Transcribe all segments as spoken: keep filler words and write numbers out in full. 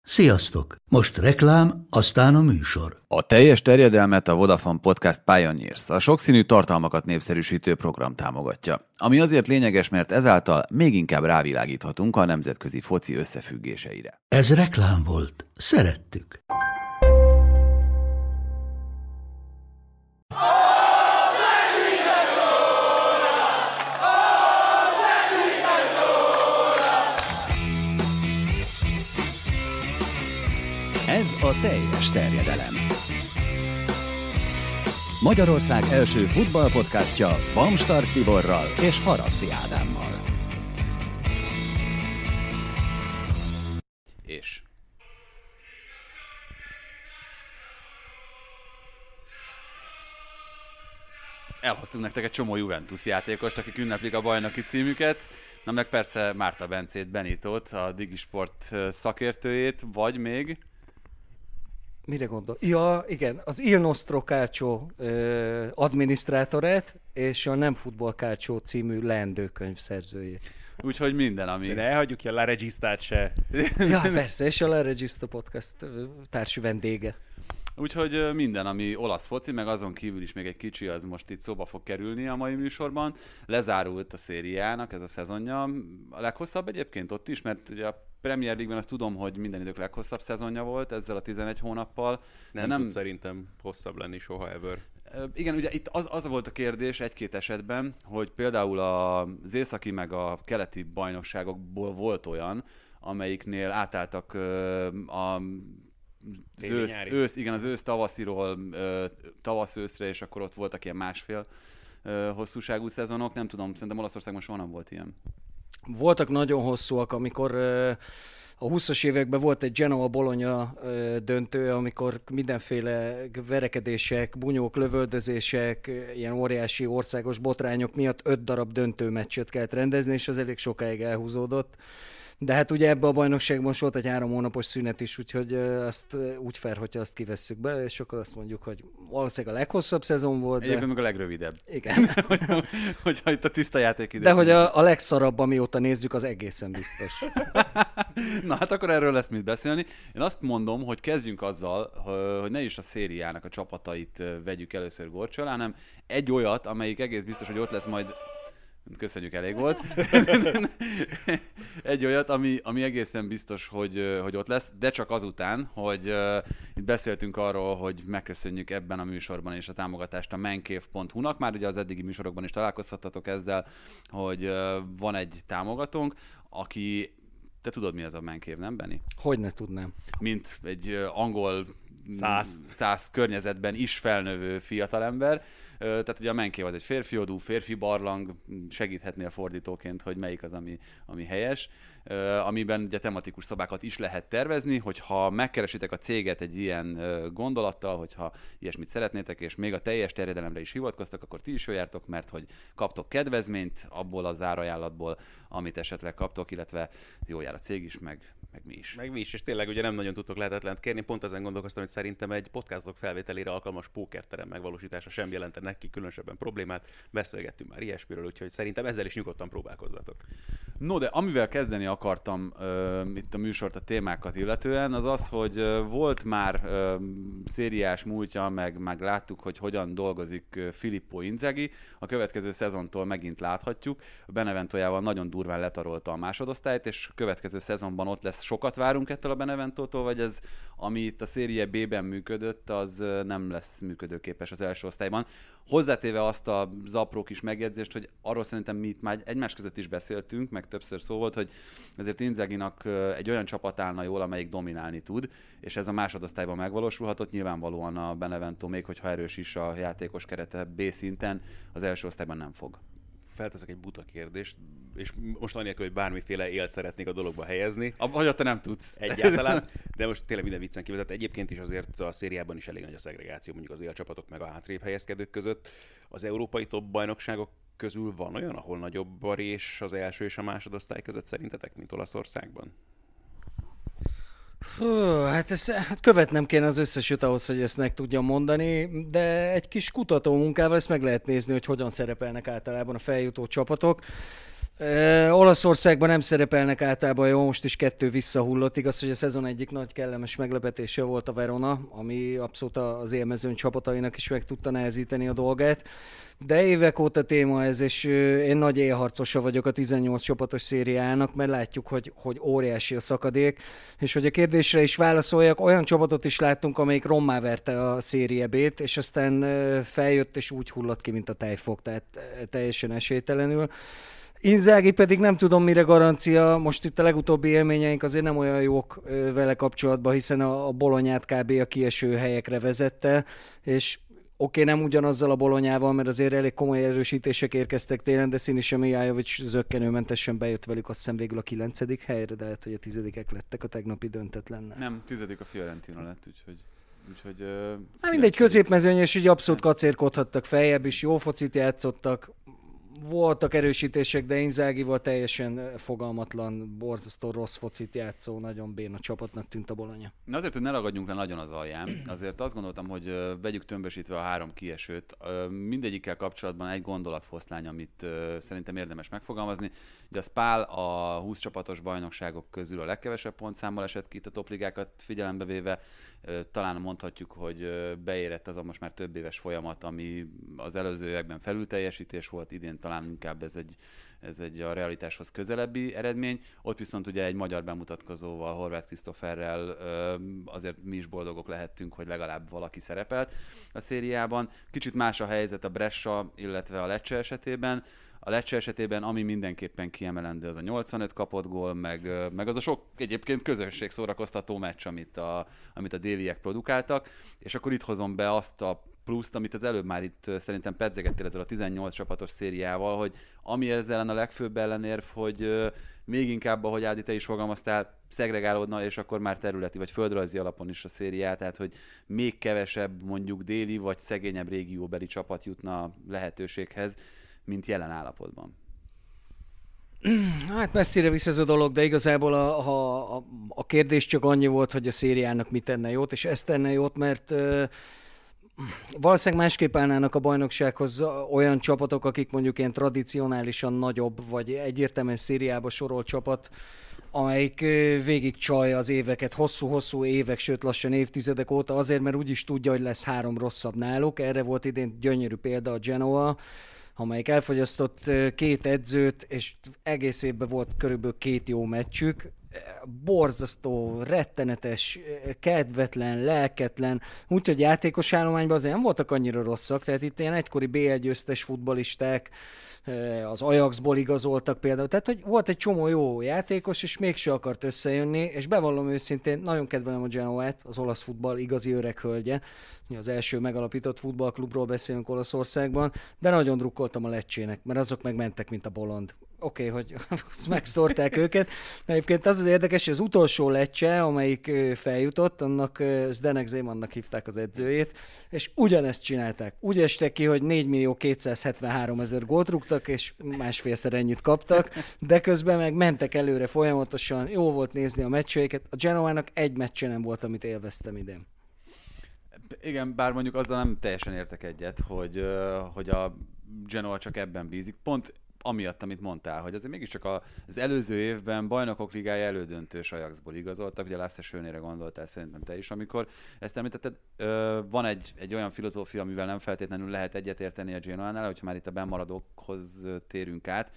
Sziasztok! Most reklám, aztán a műsor. A teljes terjedelmet a Vodafone Podcast Pioneers, a sokszínű tartalmakat népszerűsítő program támogatja. Ami azért lényeges, mert ezáltal még inkább rávilágíthatunk a nemzetközi foci összefüggéseire. Ez reklám volt. Szerettük. Ez a teljes terjedelem. Magyarország első futballpodcastja Bamstark Tiborral és Haraszti Ádámmal. És... elhoztunk nektek egy csomó Juventus játékost, akik ünneplik a bajnoki címüket. Na meg persze Márta Bencét, Benitót, a Digisport szakértőjét, vagy még... Mire gondol? Ja, igen, az Il Nostro Calcio uh, adminisztrátorát és a Nem Futbol Calcio című leendőkönyv szerzőjét. Úgyhogy minden, ami... Ne hagyjuk ki a La Registát se. Ja, persze, és a La Regista podcast társi vendége. Úgyhogy minden, ami olasz foci, meg azon kívül is még egy kicsi, az most itt szóba fog kerülni a mai műsorban. Lezárult a szériának ez a szezonja. A leghosszabb egyébként ott is, mert ugye a Premier League-ben azt tudom, hogy minden idők leghosszabb szezonja volt ezzel a tizenegy hónappal. Nem, nem tud szerintem hosszabb lenni soha ever. Igen, ugye itt az, az volt a kérdés egy-két esetben, hogy például az északi meg a keleti bajnokságokból volt olyan, amelyiknél átálltak a Az ősz, ősz, igen, az ősz-tavasziról tavasz-őszre, és akkor ott voltak ilyen másfél hosszúságú szezonok. Nem tudom, szerintem Olaszországban soha nem volt ilyen. Voltak nagyon hosszúak, amikor a húszas években volt egy Genoa-Bologna döntő, amikor mindenféle verekedések, bunyók, lövöldözések, ilyen óriási országos botrányok miatt öt darab döntőmeccset kellett rendezni, és az elég sokáig elhúzódott. De hát ugye ebbe a bajnokságban most volt egy három hónapos szünet is, úgyhogy azt úgy fair, hogyha azt kivesszük bele, és akkor azt mondjuk, hogy valószínűleg a leghosszabb szezon volt. Egyébként de... meg a legrövidebb. Igen. Hogyha hogy, hogy itt a tiszta játék ide. De hogy a, a legszarabb, amióta nézzük, az egészen biztos. Na hát akkor erről lesz mit beszélni. Én azt mondom, hogy kezdjünk azzal, hogy ne is a szériának a csapatait vegyük először górcső alá, hanem egy olyat, amelyik egész biztos, hogy ott lesz majd. Köszönjük, elég volt. Egy olyat, ami, ami egészen biztos, hogy, hogy ott lesz, de csak azután, hogy uh, itt beszéltünk arról, hogy megköszönjük ebben a műsorban és a támogatást a mancave pont hu-nak. Már ugye az eddigi műsorokban is találkozhattatok ezzel, hogy uh, van egy támogatónk, aki... Te tudod, mi az a Mancave, nem, Benni? Hogy ne tudnám. Mint egy uh, angol... Száz. száz környezetben is felnövő fiatalember. Tehát ugye a Mancave az egy férfiodú, férfi barlang, segíthetnél fordítóként, hogy melyik az, ami, ami helyes, amiben ugye tematikus szobákat is lehet tervezni, hogyha megkeresitek a céget egy ilyen gondolattal, hogyha ilyesmit szeretnétek, és még a teljes terjedelemre is hivatkoztak, akkor ti is jöjjártok, mert hogy kaptok kedvezményt abból az árajánlatból, amit esetleg kaptok, illetve jó jár a cég is, meg, meg mi is. Meg mi is, és tényleg ugye nem nagyon tudtok lehetetlent kérni, pont ezen gondolkoztam, hogy szerintem egy podcastok felvételére alkalmas pókerterem megvalósítása sem jelentene neki különösebben problémát, beszélgettünk már ilyesmiről, úgyhogy szerintem ezzel is nyugodtan próbálkozzatok. No, de amivel kezdeni akartam uh, itt a műsort, a témákat illetően, az az, hogy uh, volt már uh, szériás múltja, meg, meg láttuk, hogy hogyan dolgozik uh, Filippo Inzaghi. A következő szezontól megint láthatjuk. A Beneventójával nagyon durván letarolta a másodosztályt, és a következő szezonban ott lesz. Sokat várunk ettől a Beneventótól, vagy ez, ami itt a Serie B-ben működött, az uh, nem lesz működőképes az első osztályban. Hozzátéve azt az apró kis megjegyzést, hogy arról szerintem mi itt már egymás között is beszéltünk, meg többször szó volt, hogy ezért Inzaghinak egy olyan csapat állna jól, amelyik dominálni tud, és ez a másodosztályban megvalósulhatott. Nyilvánvalóan a Benevento, még hogyha erős is a játékos kerete B szinten, az első osztályban nem fog. Felteszek egy buta kérdést, és most anélkül, hogy bármiféle élt szeretnék a dologba helyezni. Hogy te nem tudsz. Egyáltalán, de most tényleg minden viccen kívül. Tehát egyébként is azért a szériában is elég nagy a szegregáció, mondjuk az élcsapatok meg a hátrébb helyezkedők között. Az európai top bajnokságok közül van olyan, ahol nagyobb a rés az első és a másodosztály között szerintetek, mint Olaszországban? Hú, hát, ezt, hát követnem kéne az összeset ahhoz, hogy ezt meg tudjam mondani, de egy kis kutató munkával ezt meg lehet nézni, hogy hogyan szerepelnek általában a feljutó csapatok. E, Olaszországban nem szerepelnek általában jó, most is kettő visszahullott. Igaz, hogy a szezon egyik nagy kellemes meglepetése volt a Verona, ami abszolút az élmezőny csapatainak is meg tudta nehezíteni a dolgát. De évek óta téma ez, és én nagy élharcosa vagyok a tizennyolc csapatos szériának, mert látjuk, hogy, hogy óriási a szakadék, és hogy a kérdésre is válaszoljak, olyan csapatot is láttunk, amelyik rommá verte a Serie B-t, és aztán feljött és úgy hullott ki, mint a tejfog, tehát teljesen esélytelenül. Inzaghi pedig nem tudom mire garancia, most itt a legutóbbi élményeink azért nem olyan jók vele kapcsolatban, hiszen a, a Bolonyát kb. A kieső helyekre vezette, és oké, okay, nem ugyanazzal a Bolonyával, mert azért elég komoly erősítések érkeztek télen, de Sinisa Mijajovic zökkenőmentesen bejött velük, azt hiszem végül a kilencedik helyre, de lehet, hogy a tizedikek lettek a tegnapi döntetlennel. Nem, tizedik a Fiorentina lett, úgyhogy... úgyhogy uh, hát mindegy, középmezőny, és így abszolút kacérkodhattak feljebb is, jó focit játszottak, voltak erősítések, de Inzaghival teljesen fogalmatlan, borzasztó rossz focit játszó, nagyon béna csapatnak tűnt a Bologna. Na azért, hogy ne ragadjunk le nagyon az alján, azért azt gondoltam, hogy vegyük tömbösítve a három kiesőt. Mindegyikkel kapcsolatban egy gondolatfoszlány, amit szerintem érdemes megfogalmazni. Ugye a Spal a húsz csapatos bajnokságok közül a legkevesebb pontszámmal esett ki, a topligákat figyelembe véve. Talán mondhatjuk, hogy beérett az a most már több éves folyamat, ami az előző években felülteljesítés volt, idén talán inkább ez egy, ez egy a realitáshoz közelebbi eredmény. Ott viszont ugye egy magyar bemutatkozóval, Horváth Krisztoferrel azért mi is boldogok lehettünk, hogy legalább valaki szerepelt a szériában. Kicsit más a helyzet a Brescia, illetve a Lecce esetében. A Lecce esetében, ami mindenképpen kiemelendő, az a nyolcvanöt kapott gól, meg, meg az a sok egyébként közösség szórakoztató meccs, amit a, amit a déliek produkáltak, és akkor itt hozom be azt a pluszt, amit az előbb már itt szerintem pedzegettél ezzel a tizennyolc csapatos szériával, hogy ami ezzel a legfőbb ellenérv, hogy még inkább, ahogy Ádi, te is fogalmaztál, szegregálódna, és akkor már területi vagy földrajzi alapon is a szériá, tehát hogy még kevesebb mondjuk déli vagy szegényebb régióbeli csapat jutna lehetőséghez, mint jelen állapotban. Hát messzire visz ez a dolog, de igazából a, a, a kérdés csak annyi volt, hogy a szériának mit tenne jót, és ezt tenne jót, mert uh, valószínűleg másképp állnának a bajnoksághoz olyan csapatok, akik mondjuk ilyen tradicionálisan nagyobb, vagy egyértelműen szériába sorolt csapat, amelyik végig csalja az éveket, hosszú-hosszú évek, sőt lassan évtizedek óta, azért, mert úgyis tudja, hogy lesz három rosszabb náluk. Erre volt idén gyönyörű példa a Genoa, amelyik elfogyasztott két edzőt, és egész évben volt körülbelül két jó meccsük. Borzasztó, rettenetes, kedvetlen, lelketlen, úgyhogy játékos állományban azért nem voltak annyira rosszak, tehát itt ilyen egykori bé egy győztes futballisták, az Ajaxból igazoltak például, tehát hogy volt egy csomó jó játékos, és mégse akart összejönni, és bevallom őszintén, nagyon kedvelem a Genoát, az olasz futball igazi öreg hölgye, az első megalapított futballklubról beszélünk Olaszországban, de nagyon drukkoltam a Lecce-nek, mert azok meg mentek, mint a bolond. Oké, okay, hogy megszórták őket. Egyébként az az érdekes, hogy az utolsó Lecce, amelyik feljutott, annak Zdenek Zemannak hívták az edzőjét, és ugyanezt csinálták. Úgy estek ki, hogy négy millió kétszázhetvenhárom ezer gólt rúgtak, és másfélszer ennyit kaptak, de közben meg mentek előre folyamatosan, jó volt nézni a meccseiket. A Genoának egy meccse nem volt, amit élveztem idén. Igen, bár mondjuk azzal nem teljesen értek egyet, hogy, hogy a Genoa csak ebben bízik. Pont amiatt, amit mondtál, hogy azért mégiscsak az előző évben Bajnokok Ligája elődöntős Ajaxból igazoltak, ugye Lasse Schönére gondoltál szerintem te is, amikor ezt említetted. Van egy, egy olyan filozófia, amivel nem feltétlenül lehet egyetérteni a Genoánál, hogyha már itt a bennmaradókhoz térünk át.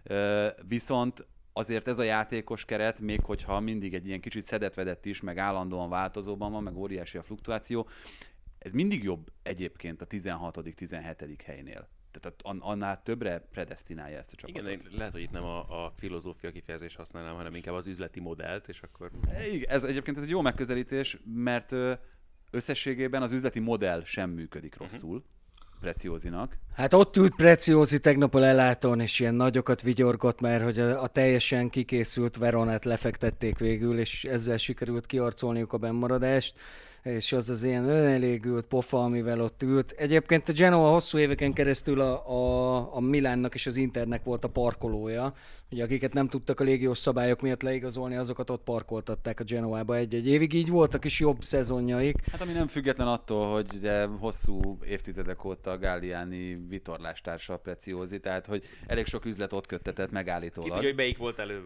Viszont azért ez a játékos keret, még hogyha mindig egy ilyen kicsit szedetvedett is, meg állandóan változóban van, meg óriási a fluktuáció, ez mindig jobb egyébként a tizenhatodik tizenhetedik helynél. Tehát annál többre predesztinálja ezt a csapatot. Igen, lehet, hogy itt nem a, a filozófia kifejezést használnám, hanem inkább az üzleti modellt, és akkor... Igen, ez egyébként ez egy jó megközelítés, mert összességében az üzleti modell sem működik rosszul. Uh-huh. Preciózinak. Hát ott ült Preciózi tegnap a lelátón, és ilyen nagyokat vigyorgott, mert hogy a, a teljesen kikészült Veronát lefektették végül, és ezzel sikerült kiarcolniuk a bennmaradást. és az az ilyen önelégült pofa, amivel ott ült. Egyébként a Genoa hosszú éveken keresztül a, a, a Milánnak és az Internek volt a parkolója. Ugye akiket nem tudtak a légiós szabályok miatt leigazolni, azokat ott parkoltatták a Genoába egy-egy évig. Így voltak is jobb szezonjaik. Hát ami nem független attól, hogy ugye hosszú évtizedek óta a Galliani vitorlástársa Preziosi, tehát hogy elég sok üzlet ott köttetett megállítólag. Ki tudja, hogy melyik volt előbb.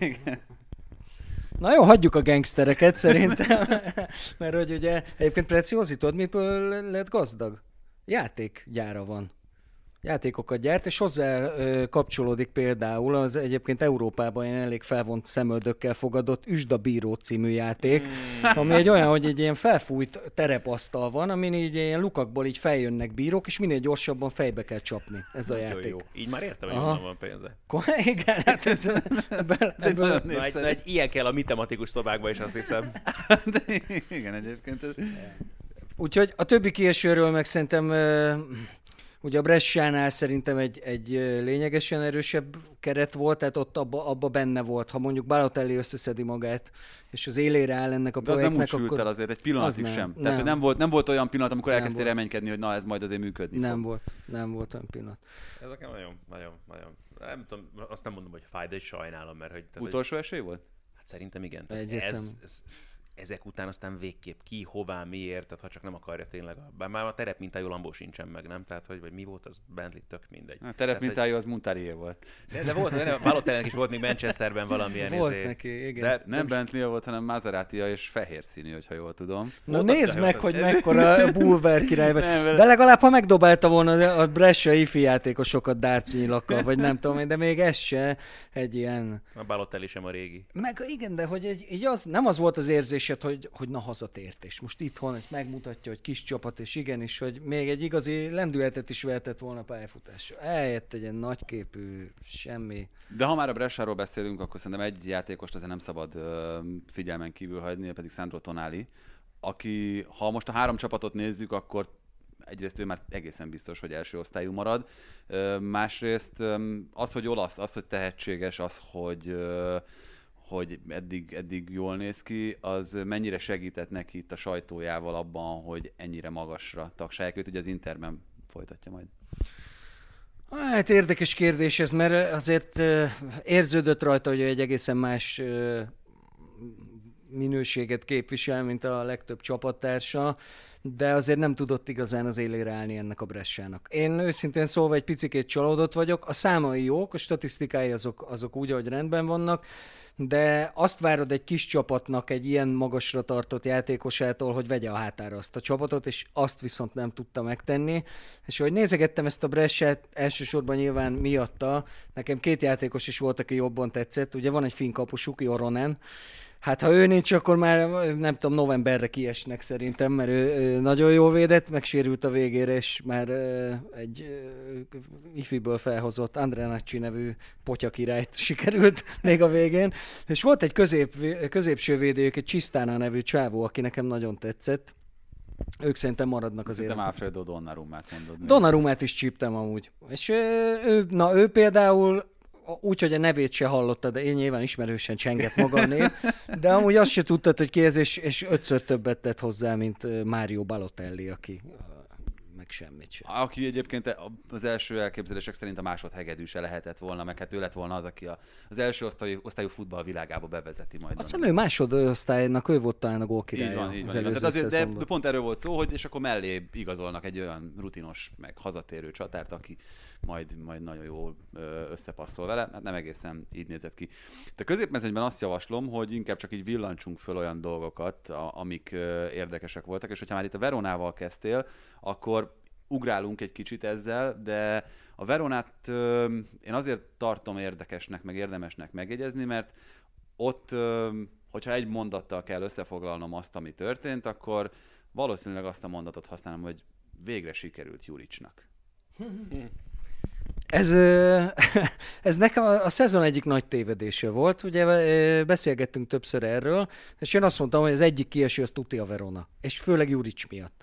Na jó, hagyjuk a gangstereket szerintem, mert hogy ugye egyébként Preziosi, tudod miből lett gazdag? Játékgyára van. Játékokat gyárt, és hozzá ö, kapcsolódik például az egyébként Európában ilyen elég felvont szemöldökkel fogadott Üsd a bíró című játék, ami egy olyan, hogy egy ilyen felfújt terepasztal van, amin így ilyen lukakból így feljönnek bírók, és minél gyorsabban fejbe kell csapni. Ez a Nagyon játék. jó. Így már értem, hogy Aha. honnan van pénze. Igen, hát ez, ebből, ebből, Na, egy, na, egy ilyen kell a mi tematikus szobákba is, azt hiszem. De igen, egyébként. Ez... Úgyhogy a többi kiesőről meg szerintem... Ö, Ugye a Bressánál szerintem egy, egy lényegesen erősebb keret volt, tehát ott abba, abba benne volt. Ha mondjuk Balotelli összeszedi magát, és az élére áll ennek a De az projektnek, nem úgy sült el azért egy pillanatig nem, sem. nem. Tehát hogy nem, volt, nem volt olyan pillanat, amikor Nem elkezdtél volt. reménykedni, hogy na ez majd azért működni nem fog. volt, nem volt olyan pillanat. Ez nekem nagyon, nagyon, nagyon, nem tudom, azt nem mondom, hogy fáj, de is sajnálom, mert hogy... Tehát, Utolsó esély volt? Hát szerintem igen. Tehát Egyértelmű. ez, ez, ezek után aztán végképp ki, hová, miért, tehát ha csak nem akarja tényleg. Bár már a terep mintájú Lambó sincsen meg, nem? Tehát, hogy vagy mi volt, az Bentley, tök mindegy. A terep mintájú az Montarié volt. De, de volt, de Balotellinek is volt még Manchesterben valamilyen Volt izé. neki, igen. De Nem Bentley volt, hanem Maserati-ja és fehér színű, hogyha jól tudom. Na Volt nézd ott, meg, ott, hogy ott. mekkora bulver királyban. Nem, De legalább, ha megdobálta volna a Brescia ifi játékosokat dárcínyilakkal, vagy nem tudom én, de még ez se egy ilyen... A Balotelli sem a régi. Meg igen, de hogy egy, egy az, nem az volt az érzésed, hogy, hogy na hazatért, és most itthon ez megmutatja, hogy kis csapat, és igenis, hogy még egy igazi lendületet is vehetett volna pályafutásra. Eljött egy ilyen nagyképű, semmi. De ha már a Bresciáról beszélünk, akkor szerintem egy játékost azért nem szabad ö, figyelmen kívül hagyni, pedig Sandro Tonali, aki, ha most a három csapatot nézzük, akkor egyrészt ő már egészen biztos, hogy első osztályú marad. Ö, másrészt ö, az, hogy olasz, az, hogy tehetséges, az, hogy... Ö, hogy eddig, eddig jól néz ki, az mennyire segített neki itt a sajtójával abban, hogy ennyire magasra tagsálják őt, ugye az Interben folytatja majd. Hát érdekes kérdés ez, mert azért érződött rajta, hogy egy egészen más minőséget képvisel, mint a legtöbb csapattársa, de azért nem tudott igazán az élére állni ennek a Bresciának. Én őszintén szólva egy picikét csalódott vagyok, a számai jók, a statisztikái azok, azok úgy, ahogy rendben vannak, de azt várod egy kis csapatnak, egy ilyen magasra tartott játékosától, hogy vegye a hátára azt a csapatot, és azt viszont nem tudta megtenni. És ahogy nézegettem ezt a Bresciát, elsősorban nyilván miatta, nekem két játékos is volt, aki jobban tetszett. Ugye van egy finn kapusuk, Joronen. Hát ha ő nincs, akkor már nem tudom, novemberre kiesnek szerintem, mert ő, ő nagyon jól védett, megsérült a végére, és már uh, egy uh, ifiből felhozott André Nacci nevű potyakirályt sikerült még a végén. És volt egy közép, középső védőjük, egy Csisztána nevű csávó, aki nekem nagyon tetszett. Ők szerintem maradnak azért. Szerintem Alfredo Donnarumát mondod. Donnarumát is csíptem amúgy. És ő, ő, na ő például úgy, hogy a nevét se hallotta, de én nyilván ismerősen csengett maga a név, de amúgy azt se tudtad, hogy ki ez, és, és ötször többet tett hozzá, mint Mario Balotelli, aki meg semmit sem. Aki egyébként az első elképzelések szerint a másodhegedű se lehetett volna, meg hát ő lett volna az, aki a, az első osztályú, osztályú futball világába bevezeti majd. Azt hiszem, ő másodosztálynak, ő volt talán a gólkirálya. Így van, így az van. előző Tehát azért, de szezonban. pont erről volt szó, hogy és akkor mellé igazolnak egy olyan rutinos, meg hazatérő csatárt, aki majd, majd nagyon jól összepasszol vele. Hát nem egészen így nézett ki. De középmezőnyben azt javaslom, hogy inkább csak így villancsunk föl olyan dolgokat, amik érdekesek voltak, és hogyha már itt a Veronával kezdtél, akkor ugrálunk egy kicsit ezzel, de a Veronát ö, én azért tartom érdekesnek, meg érdemesnek megjegyezni, mert ott, ö, hogyha egy mondattal kell összefoglalnom azt, ami történt, akkor valószínűleg azt a mondatot használom, hogy végre sikerült Juricsnak. Ez, ez nekem a, a szezon egyik nagy tévedése volt. Ugye beszélgettünk többször erről, és én azt mondtam, hogy az egyik kieső az tuti a Verona, és főleg Jurics miatt.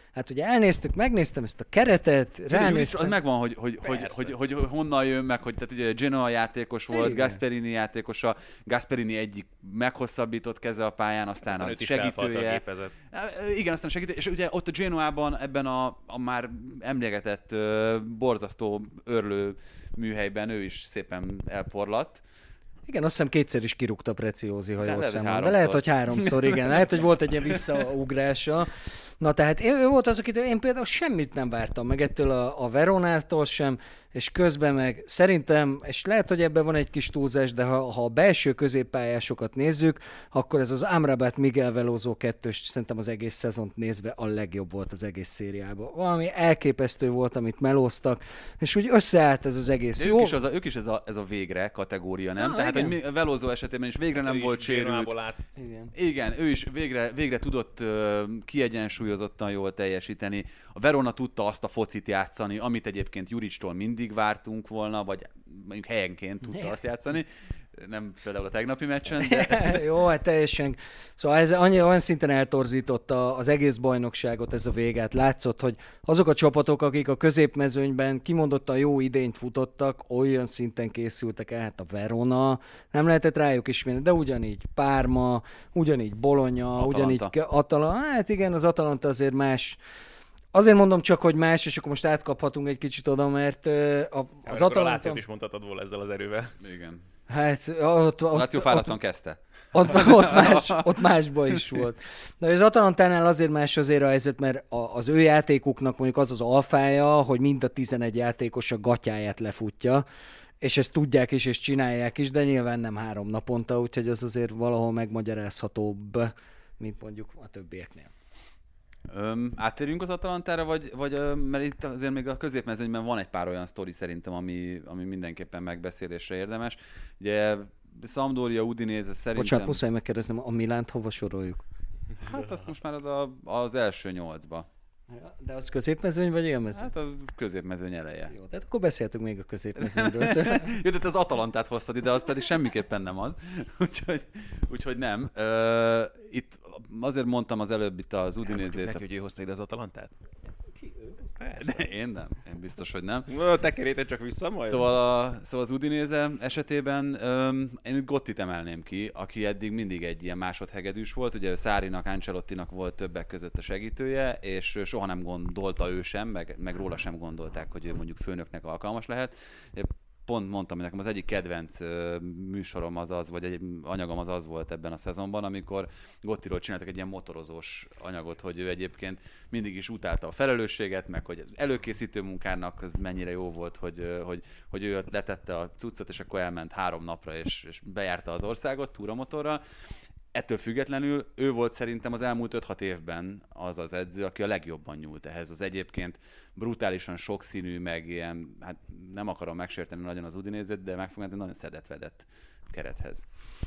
Hát ugye elnéztük, megnéztem ezt a keretet, ránéztem. Az megvan, hogy, hogy, hogy, hogy, hogy, hogy honnan jön meg, hogy tehát ugye Genoa játékos volt, igen. Gasperini játékosa, Gasperini egyik meghosszabbított keze a pályán, aztán, aztán a segítője. Igen, aztán segítő, és ugye ott a Genoában ebben a, a már emlegetett uh, borzasztó örlő műhelyben ő is szépen elporlatt. Igen, azt hiszem kétszer is kirúgta Preciózi, ha jól számolom. De lehet, hogy háromszor, igen. Lehet, hogy volt egy ilyen visszaugrása. Na tehát ő volt az, akit én például semmit nem vártam meg ettől a, a Veronától sem, és közben meg szerintem, és lehet, hogy ebben van egy kis túlzás, de ha, ha a belső középpályásokat nézzük, akkor ez az Amrabat Miguel Veloso kettős szerintem az egész szezont nézve a legjobb volt az egész szériában. Valami elképesztő volt, amit melóztak, és úgy összeállt ez az egész. Ők is, az a, ők is ez, a, ez a végre kategória, nem? Ah, Tehát, igen. hogy Veloso esetében is végre nem ő volt is sérült. Igen. Igen, ő is végre, végre tudott uh, kiegyensúlyozottan jól teljesíteni. A Verona tudta azt a focit játszani, amit egyébként Juricstól mindig vártunk volna, vagy mondjuk helyenként tudta azt játszani. Nem például a tegnapi meccsen, de... Jó, hát teljesen. Szóval ez annyi, olyan szinten eltorzította az egész bajnokságot ez a végát. Látszott, hogy azok a csapatok, akik a középmezőnyben kimondottan jó idényt futottak, olyan szinten készültek el, hát a Verona, nem lehetett rájuk ismerni, de ugyanígy Parma, ugyanígy Bologna, Atalanta. ugyanígy Atalanta. Hát igen, az Atalanta azért más. Azért mondom csak, hogy más, és akkor most átkaphatunk egy kicsit oda, mert a, az Atalanta... Atalanta... A Lációt is mondhatod volna ezzel az erővel. Igen. Hát ott... A Láció fáradtan kezdte. Ott, ott, más, ott másba is volt. De az Atalantánál azért más azért a helyzet, mert az ő játékuknak mondjuk az az alfája, hogy mind a tizenegy játékos a gatyáját lefutja, és ezt tudják is, és csinálják is, de nyilván nem három naponta, úgyhogy az azért valahol megmagyarázhatóbb, mint mondjuk a többieknél. Öm, áttérjünk az Atalantára, vagy, vagy mert itt azért még a középmezőnyben van egy pár olyan sztori szerintem, ami, ami mindenképpen megbeszélésre érdemes. Ugye Sampdoria, Udinese szerintem... Bocsánat, muszáj megkérdeznem, a Milánt hova soroljuk? Hát azt most már az, a, az első nyolcba. De az középmezőny vagy élmezőny? Hát a középmezőny eleje. Jó, de akkor beszéltünk még a középmezőnyről. Jó, de te az Atalantát hoztad ide, az pedig semmiképpen nem az. Úgyhogy, úgyhogy nem. Uh, itt azért mondtam az előbb itt az Udinését. Neki, hogy ő hozta ide az Atalantát? De én nem. Én biztos, hogy nem. Te keríted csak vissza majd? Szóval, a, szóval az Udinese esetében um, én itt Gottit emelném ki, aki eddig mindig egy ilyen másodhegedűs volt. Ugye Sarrinak, Ancelottinak volt többek között a segítője, és soha nem gondolta ő sem, meg, meg róla sem gondolták, hogy ő mondjuk főnöknek alkalmas lehet. Pont mondtam, hogy nekem az egyik kedvenc műsorom az az, vagy egy anyagom az az volt ebben a szezonban, amikor Gottiról csináltak egy ilyen motorozós anyagot, hogy ő egyébként mindig is utálta a felelősséget, meg hogy az előkészítő munkának az mennyire jó volt, hogy, hogy, hogy ő letette a cuccot, és akkor elment három napra, és, és bejárta az országot túramotorral. Ettől függetlenül ő volt szerintem az elmúlt öt-hat évben az az edző, aki a legjobban nyúlt ehhez. Az egyébként brutálisan sokszínű, meg ilyen, hát nem akarom megsérteni nagyon az Udinézet, de megfogalmazni nagyon szedett-vedett kerethez.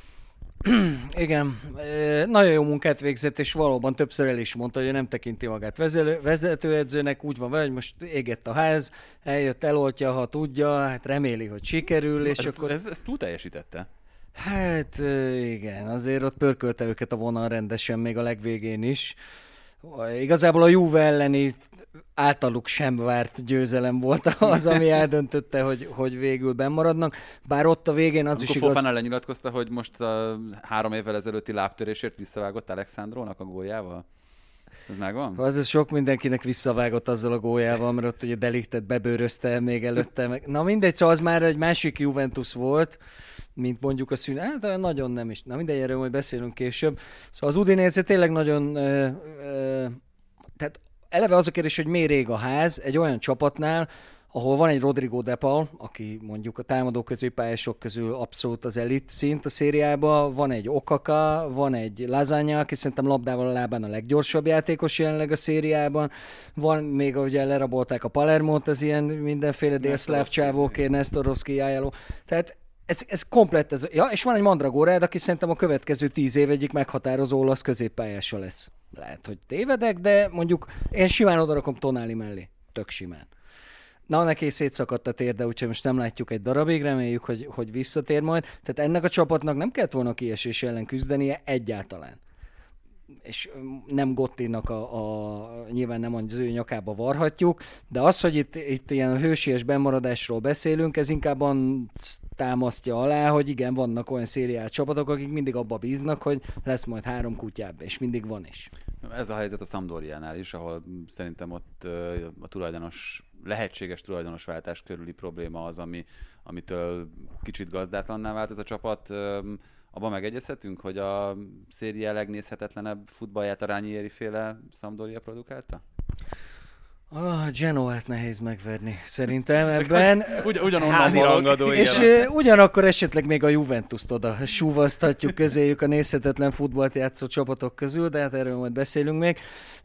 Igen, nagyon jó munkát végzett, és valóban többször el is mondta, hogy nem tekinti magát vezetőedzőnek, úgy van vele, hogy most égett a ház, eljött, eloltja, ha tudja, hát reméli, hogy sikerül, és ez, akkor... Ez, ez túl teljesítette. Hát igen, azért ott pörkölte őket a vonal rendesen, még a legvégén is. Igazából a Juve elleni általuk sem várt győzelem volt az, ami eldöntötte, hogy, hogy végül benn maradnak. Bár ott a végén az Amikor is igaz... Fofana lenyilatkozta, hogy most a három évvel ezelőtti lábtörésért visszavágott Alexandrónak a góljával? Ez megvan? Hát ez sok mindenkinek visszavágott azzal a góljával, mert ott ugye Deliktet bebőrözte még előtte. Meg... Na mindegy, szóval az már egy másik Juventus volt, mint mondjuk a szűn. Hát nagyon nem is. Na mindegy, erről majd beszélünk később. Szóval az Udinese tényleg nagyon... Ö, ö, tehát eleve az a kérdés, hogy miért rég a ház egy olyan csapatnál, ahol van egy Rodrigo de Paul, aki mondjuk a támadó középpályások közül abszolút az elit szint a szériában, van egy Okaka, van egy Lasagna, aki szerintem labdával a lábán a leggyorsabb játékos jelenleg a szériában, van még, ugye lerabolták a Palermót, az ilyen mindenféle délszláv csávókért, Nestorovszki, Jájáló. Tehát ez, ez komplett, ez, ja, és van egy Mandragorád, aki szerintem a következő tíz év egyik meghatározó olasz középpályása lesz. Lehet, hogy tévedek, de mondjuk én simán odarakom Tonali mellé. Tök simán. Na, neki szétszakadt a térde, úgyhogy most nem látjuk egy darabig, reméljük, hogy, hogy visszatér majd. Tehát ennek a csapatnak nem kellett volna kiesés ellen küzdenie egyáltalán. és nem Gottinak a, a, nyilván nem az ő nyakába varhatjuk, de az, hogy itt, itt ilyen hősies bennmaradásról beszélünk, ez inkább támasztja alá, hogy igen, vannak olyan szériás csapatok, akik mindig abba bíznak, hogy lesz majd három kutyább, és mindig van is. Ez a helyzet a Sampdoriánál is, ahol szerintem ott a tulajdonos, lehetséges tulajdonosváltás körüli probléma az, ami, amitől kicsit gazdátlanná vált ez a csapat. Abban megegyezhetünk, hogy a széria legnézhetetlenebb futballját a Ranieri féle Sampdoria produkálta? A Genoát nehéz megverni, szerintem ebben. Ugy, ugyanonnan rangadó, és igen. Ugyanakkor esetleg még a Juventust oda súvasztatjuk közéjük a nézhetetlen futballt játszó csapatok közül, de hát erről majd beszélünk még.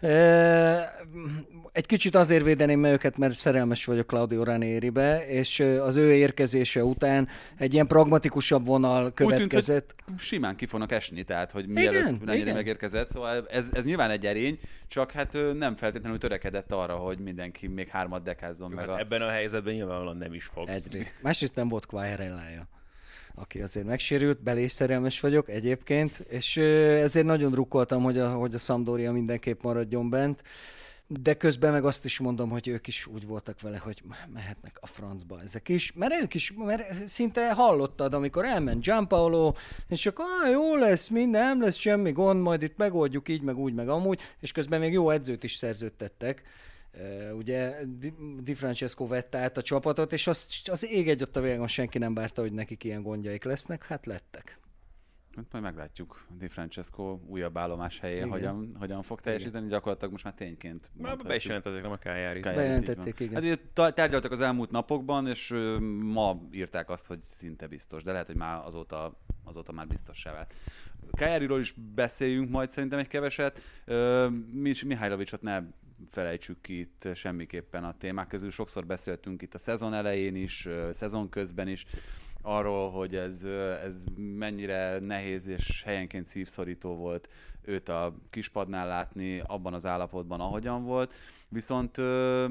Egy kicsit azért védeném őket, mert szerelmes vagyok Claudio Ranieribe, és az ő érkezése után egy ilyen pragmatikusabb vonal következett. Úgy tűnt, simán ki fognak esni, tehát hogy mielőtt Ranieri megérkezett. Szóval ez, ez nyilván egy erény, csak hát nem feltétlenül törekedett arra, hogy mindenki még hármat dekázzon meg. Hát a... Ebben a helyzetben nyilvánvalóan nem is fogsz. Egyrészt. Másrészt nem volt Quagliarellája, aki azért megsérült, belé is szerelmes vagyok egyébként, és ezért nagyon drukkoltam, hogy a, hogy a Sampdoria mindenképp maradjon bent, de közben meg azt is mondom, hogy ők is úgy voltak vele, hogy mehetnek a francba ezek is, mert ők is, mert szinte hallottad, amikor elment Gianpaolo, és csak ah, jó lesz, minden, nem lesz semmi gond, majd itt megoldjuk így, meg úgy, meg amúgy, és közben még jó edzőt is szerződtettek. Uh, ugye Di, Di Francesco vette át a csapatot, és az, az ég egy ott a világon senki nem várta, hogy nekik ilyen gondjaik lesznek, hát lettek. Hát majd meglátjuk Di Francesco újabb állomás helyén, hogyan, hogyan fog teljesíteni, igen. Gyakorlatilag most már tényként. Már be is jelentették, nem a Cagliarit. Bejelentették, igen. Hát tárgyaltak az elmúlt napokban, és ma írták azt, hogy szinte biztos, de lehet, hogy már azóta, azóta már biztossá vált. Cagliariról is beszéljünk majd szerintem egy keveset. Mihajlovicsot ne felejtsük ki itt semmiképpen a témák közül. Sokszor beszéltünk itt a szezon elején is, szezon közben is arról, hogy ez, ez mennyire nehéz és helyenként szívszorító volt őt a kispadnál látni abban az állapotban, ahogyan volt. Viszont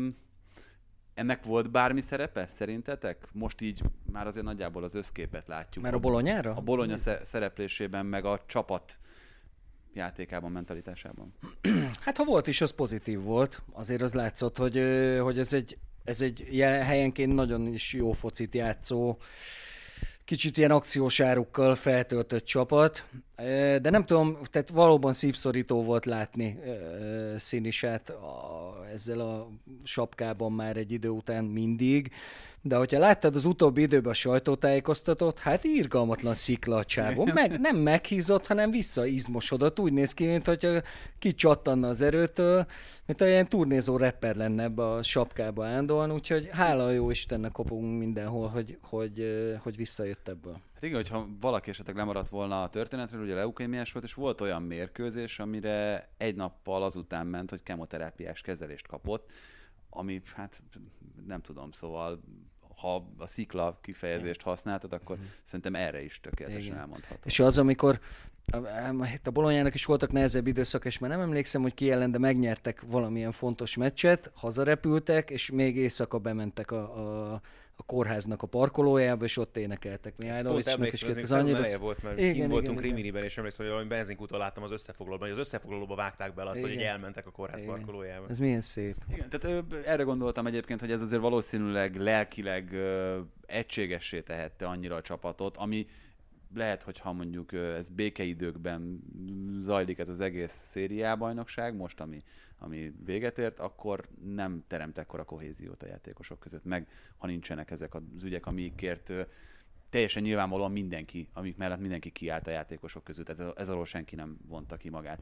ennek volt bármi szerepe szerintetek? Most így már azért nagyjából az összképet látjuk. Már a Bolognára? A Bologna szereplésében, meg a csapat játékában, mentalitásában. Hát ha volt is, az pozitív volt. Azért az látszott, hogy, hogy ez egy, ez egy helyenként nagyon is jó focit játszó, kicsit ilyen akciós árukkal feltöltött csapat, de nem tudom, tehát valóban szívszorító volt látni Sinisát ezzel a sapkában már egy idő után mindig, de hogyha láttad az utóbbi időben a sajtótájékoztatót, hát irgalmatlan szikla a csávó. Meg, nem meghízott, hanem visszaizmosodott. Úgy néz ki, mint hogyha kicsattanna az erőtől, mint olyan turnézó rapper lenne ebbe a sapkába állandóan, úgyhogy hála a jó Istennek kopogunk mindenhol, hogy, hogy, hogy visszajött ebből. Hát igen, hogyha valaki esetleg lemaradt volna a történetről, ugye leukémiás volt, és volt olyan mérkőzés, amire egy nappal azután ment, hogy kemoterápiás kezelést kapott, ami hát nem tudom, szóval ha a szikla kifejezést használtad, akkor uh-huh. szerintem erre is tökéletesen igen. elmondható. És az, amikor a, a Bolognának is voltak nehezebb időszak, és már nem emlékszem, hogy ki ellen, de megnyertek valamilyen fontos meccset, hazarepültek, és még éjszaka bementek a, a, a kórháznak a parkolójába, és ott énekeltek. Mihajlovicsnak is két az annyira... Ez volt, mert igen, kim voltunk Riminiben, és emlékszem, hogy valami benzinkúton láttam az összefoglalóban, hogy az összefoglalóba vágták bele azt, igen. hogy elmentek a kórház igen. parkolójába. Ez milyen szép. Igen, tehát erre gondoltam egyébként, hogy ez azért valószínűleg lelkileg ö, egységessé tehette annyira a csapatot, ami lehet, hogyha mondjuk ez békeidőkben zajlik ez az egész szériábajnokság, most ami, ami véget ért, akkor nem teremt ekkora kohéziót a játékosok között, meg ha nincsenek ezek az ügyek, amikért teljesen nyilvánvalóan mindenki, amik mellett mindenki kiállt a játékosok között, ez, ez alól senki nem vonta ki magát.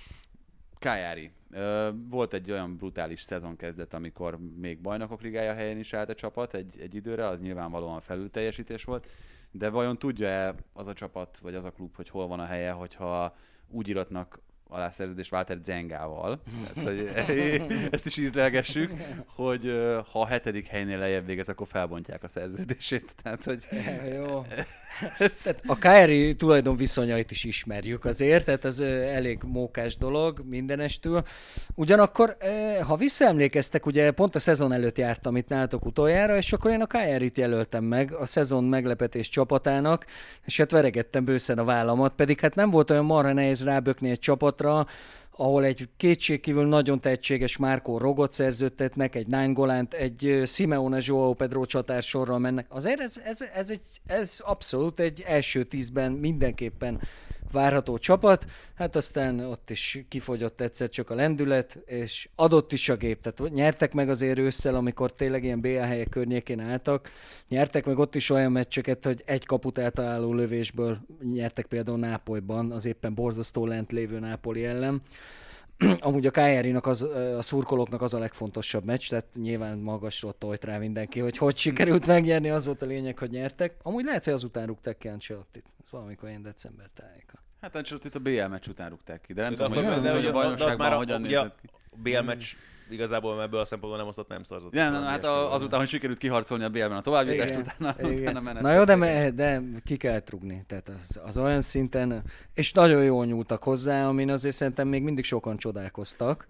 Cagliari. Volt egy olyan brutális szezonkezdet, amikor még bajnokok ligája helyén is állt a csapat egy, egy időre, az nyilvánvalóan felülteljesítés volt, de vajon tudja-e az a csapat, vagy az a klub, hogy hol van a helye, hogyha úgy iratnak alá szerződés Walter Zengával, tehát, hogy ezt is ízlelgessük, hogy ha a hetedik helynél lejjebb végez, akkor felbontják a szerződését. Tehát, hogy... Jó. Tehát a Cagliari tulajdonviszonyait is ismerjük azért, tehát ez elég mókás dolog mindenestül. Ugyanakkor, ha visszaemlékeztek, ugye pont a szezon előtt jártam itt nálatok utoljára, és akkor én a Cagliarit jelöltem meg a szezon meglepetés csapatának, és hát veregettem bőszen a vállamat, pedig hát nem volt olyan marha nehéz rábökni egy csapat, csapatra, ahol egy kétségkívül nagyon tehetséges Marco Rogot szerződtetnek, egy Nainggolant, egy Simeone João Pedro csatársorral mennek. Azért ez, ez, ez, egy, ez abszolút egy első tízben mindenképpen várható csapat, hát aztán ott is kifogyott egyszer csak a lendület, és adott is a gép, tehát nyertek meg azért ősszel, amikor tényleg ilyen bé á helyek környékén álltak, nyertek meg ott is olyan meccseket, hogy egy kaput eltaláló lövésből nyertek például Nápolyban, az éppen borzasztó lent lévő Nápoli ellen. Amúgy a Cagliarinak az, a szurkolóknak az a legfontosabb meccs, tehát nyilván magasról tojt rá mindenki, hogy hogy sikerült megnyerni, az volt a lényeg, hogy nyertek. Amúgy lehet, hogy azután rúgták ki Ancelottit. Ez valamikor ilyen december tájéka. Hát Ancelottit a bé el meccs után rúgták ki, de nem de tudom, de, hogy, de, hogy a bajnokságban hogyan nézett ki. A bé el meccs igazából ebből a szempontból nem osztott, nem szarzott. Ja, na, hát a, azután, hogy sikerült kiharcolni a bé el-ben a továbbjutást, utána, utána menet. Na jó, de, me, de ki kellett rúgni. Tehát az, az olyan szinten, és nagyon jól nyúltak hozzá, amin azért szerintem még mindig sokan csodálkoztak.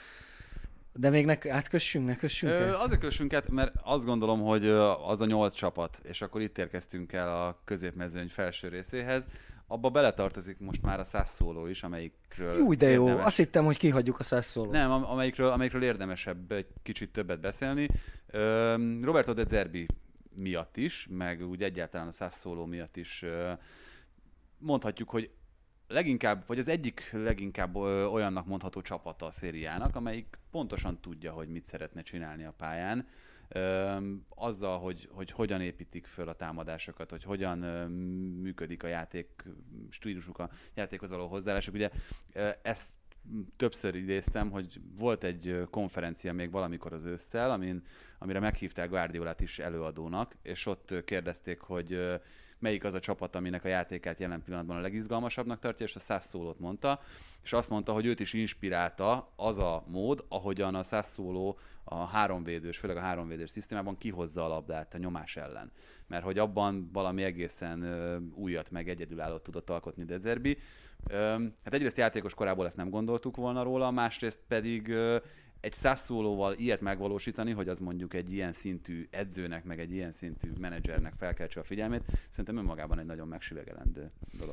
De még ne, átkössünk, ne kössünk Ö, azért kössünk át, mert azt gondolom, hogy az a nyolc csapat, és akkor itt érkeztünk el a középmezőny felső részéhez, abba beletartozik most már a Sassuolo is, amelyikről Jó, de jó, érdemes... azt hittem, hogy kihagyjuk a Sassuolót. Nem, amelyikről, amelyikről érdemesebb egy kicsit többet beszélni. Roberto De Zerbi miatt is, meg úgy egyáltalán a Sassuolo miatt is mondhatjuk, hogy leginkább, vagy az egyik leginkább olyannak mondható csapata a szériának, amelyik pontosan tudja, hogy mit szeretne csinálni a pályán. Öm, azzal, hogy, hogy hogyan építik föl a támadásokat, hogy hogyan öm, működik a játék stílusuk, a játékhoz való hozzáállásuk. Ugye ezt többször idéztem, hogy volt egy konferencia még valamikor az ősszel, amin, amire meghívták Guardiolát is előadónak, és ott kérdezték, hogy melyik az a csapat, aminek a játékát jelen pillanatban a legizgalmasabbnak tartja, és a Sassuolót mondta, és azt mondta, hogy őt is inspirálta az a mód, ahogyan a Sassuolo a háromvédős, főleg a háromvédős szisztémában kihozza a labdát a nyomás ellen. Mert hogy abban valami egészen uh, újat, meg egyedülállót tudott alkotni De Zerbi. Um, hát egyrészt játékos korából ezt nem gondoltuk volna róla, másrészt pedig uh, egy Sassuolóval ilyet megvalósítani, hogy az mondjuk egy ilyen szintű edzőnek, meg egy ilyen szintű menedzsernek felkeltse a figyelmét, szerintem önmagában egy nagyon megsüvegelendő dolog.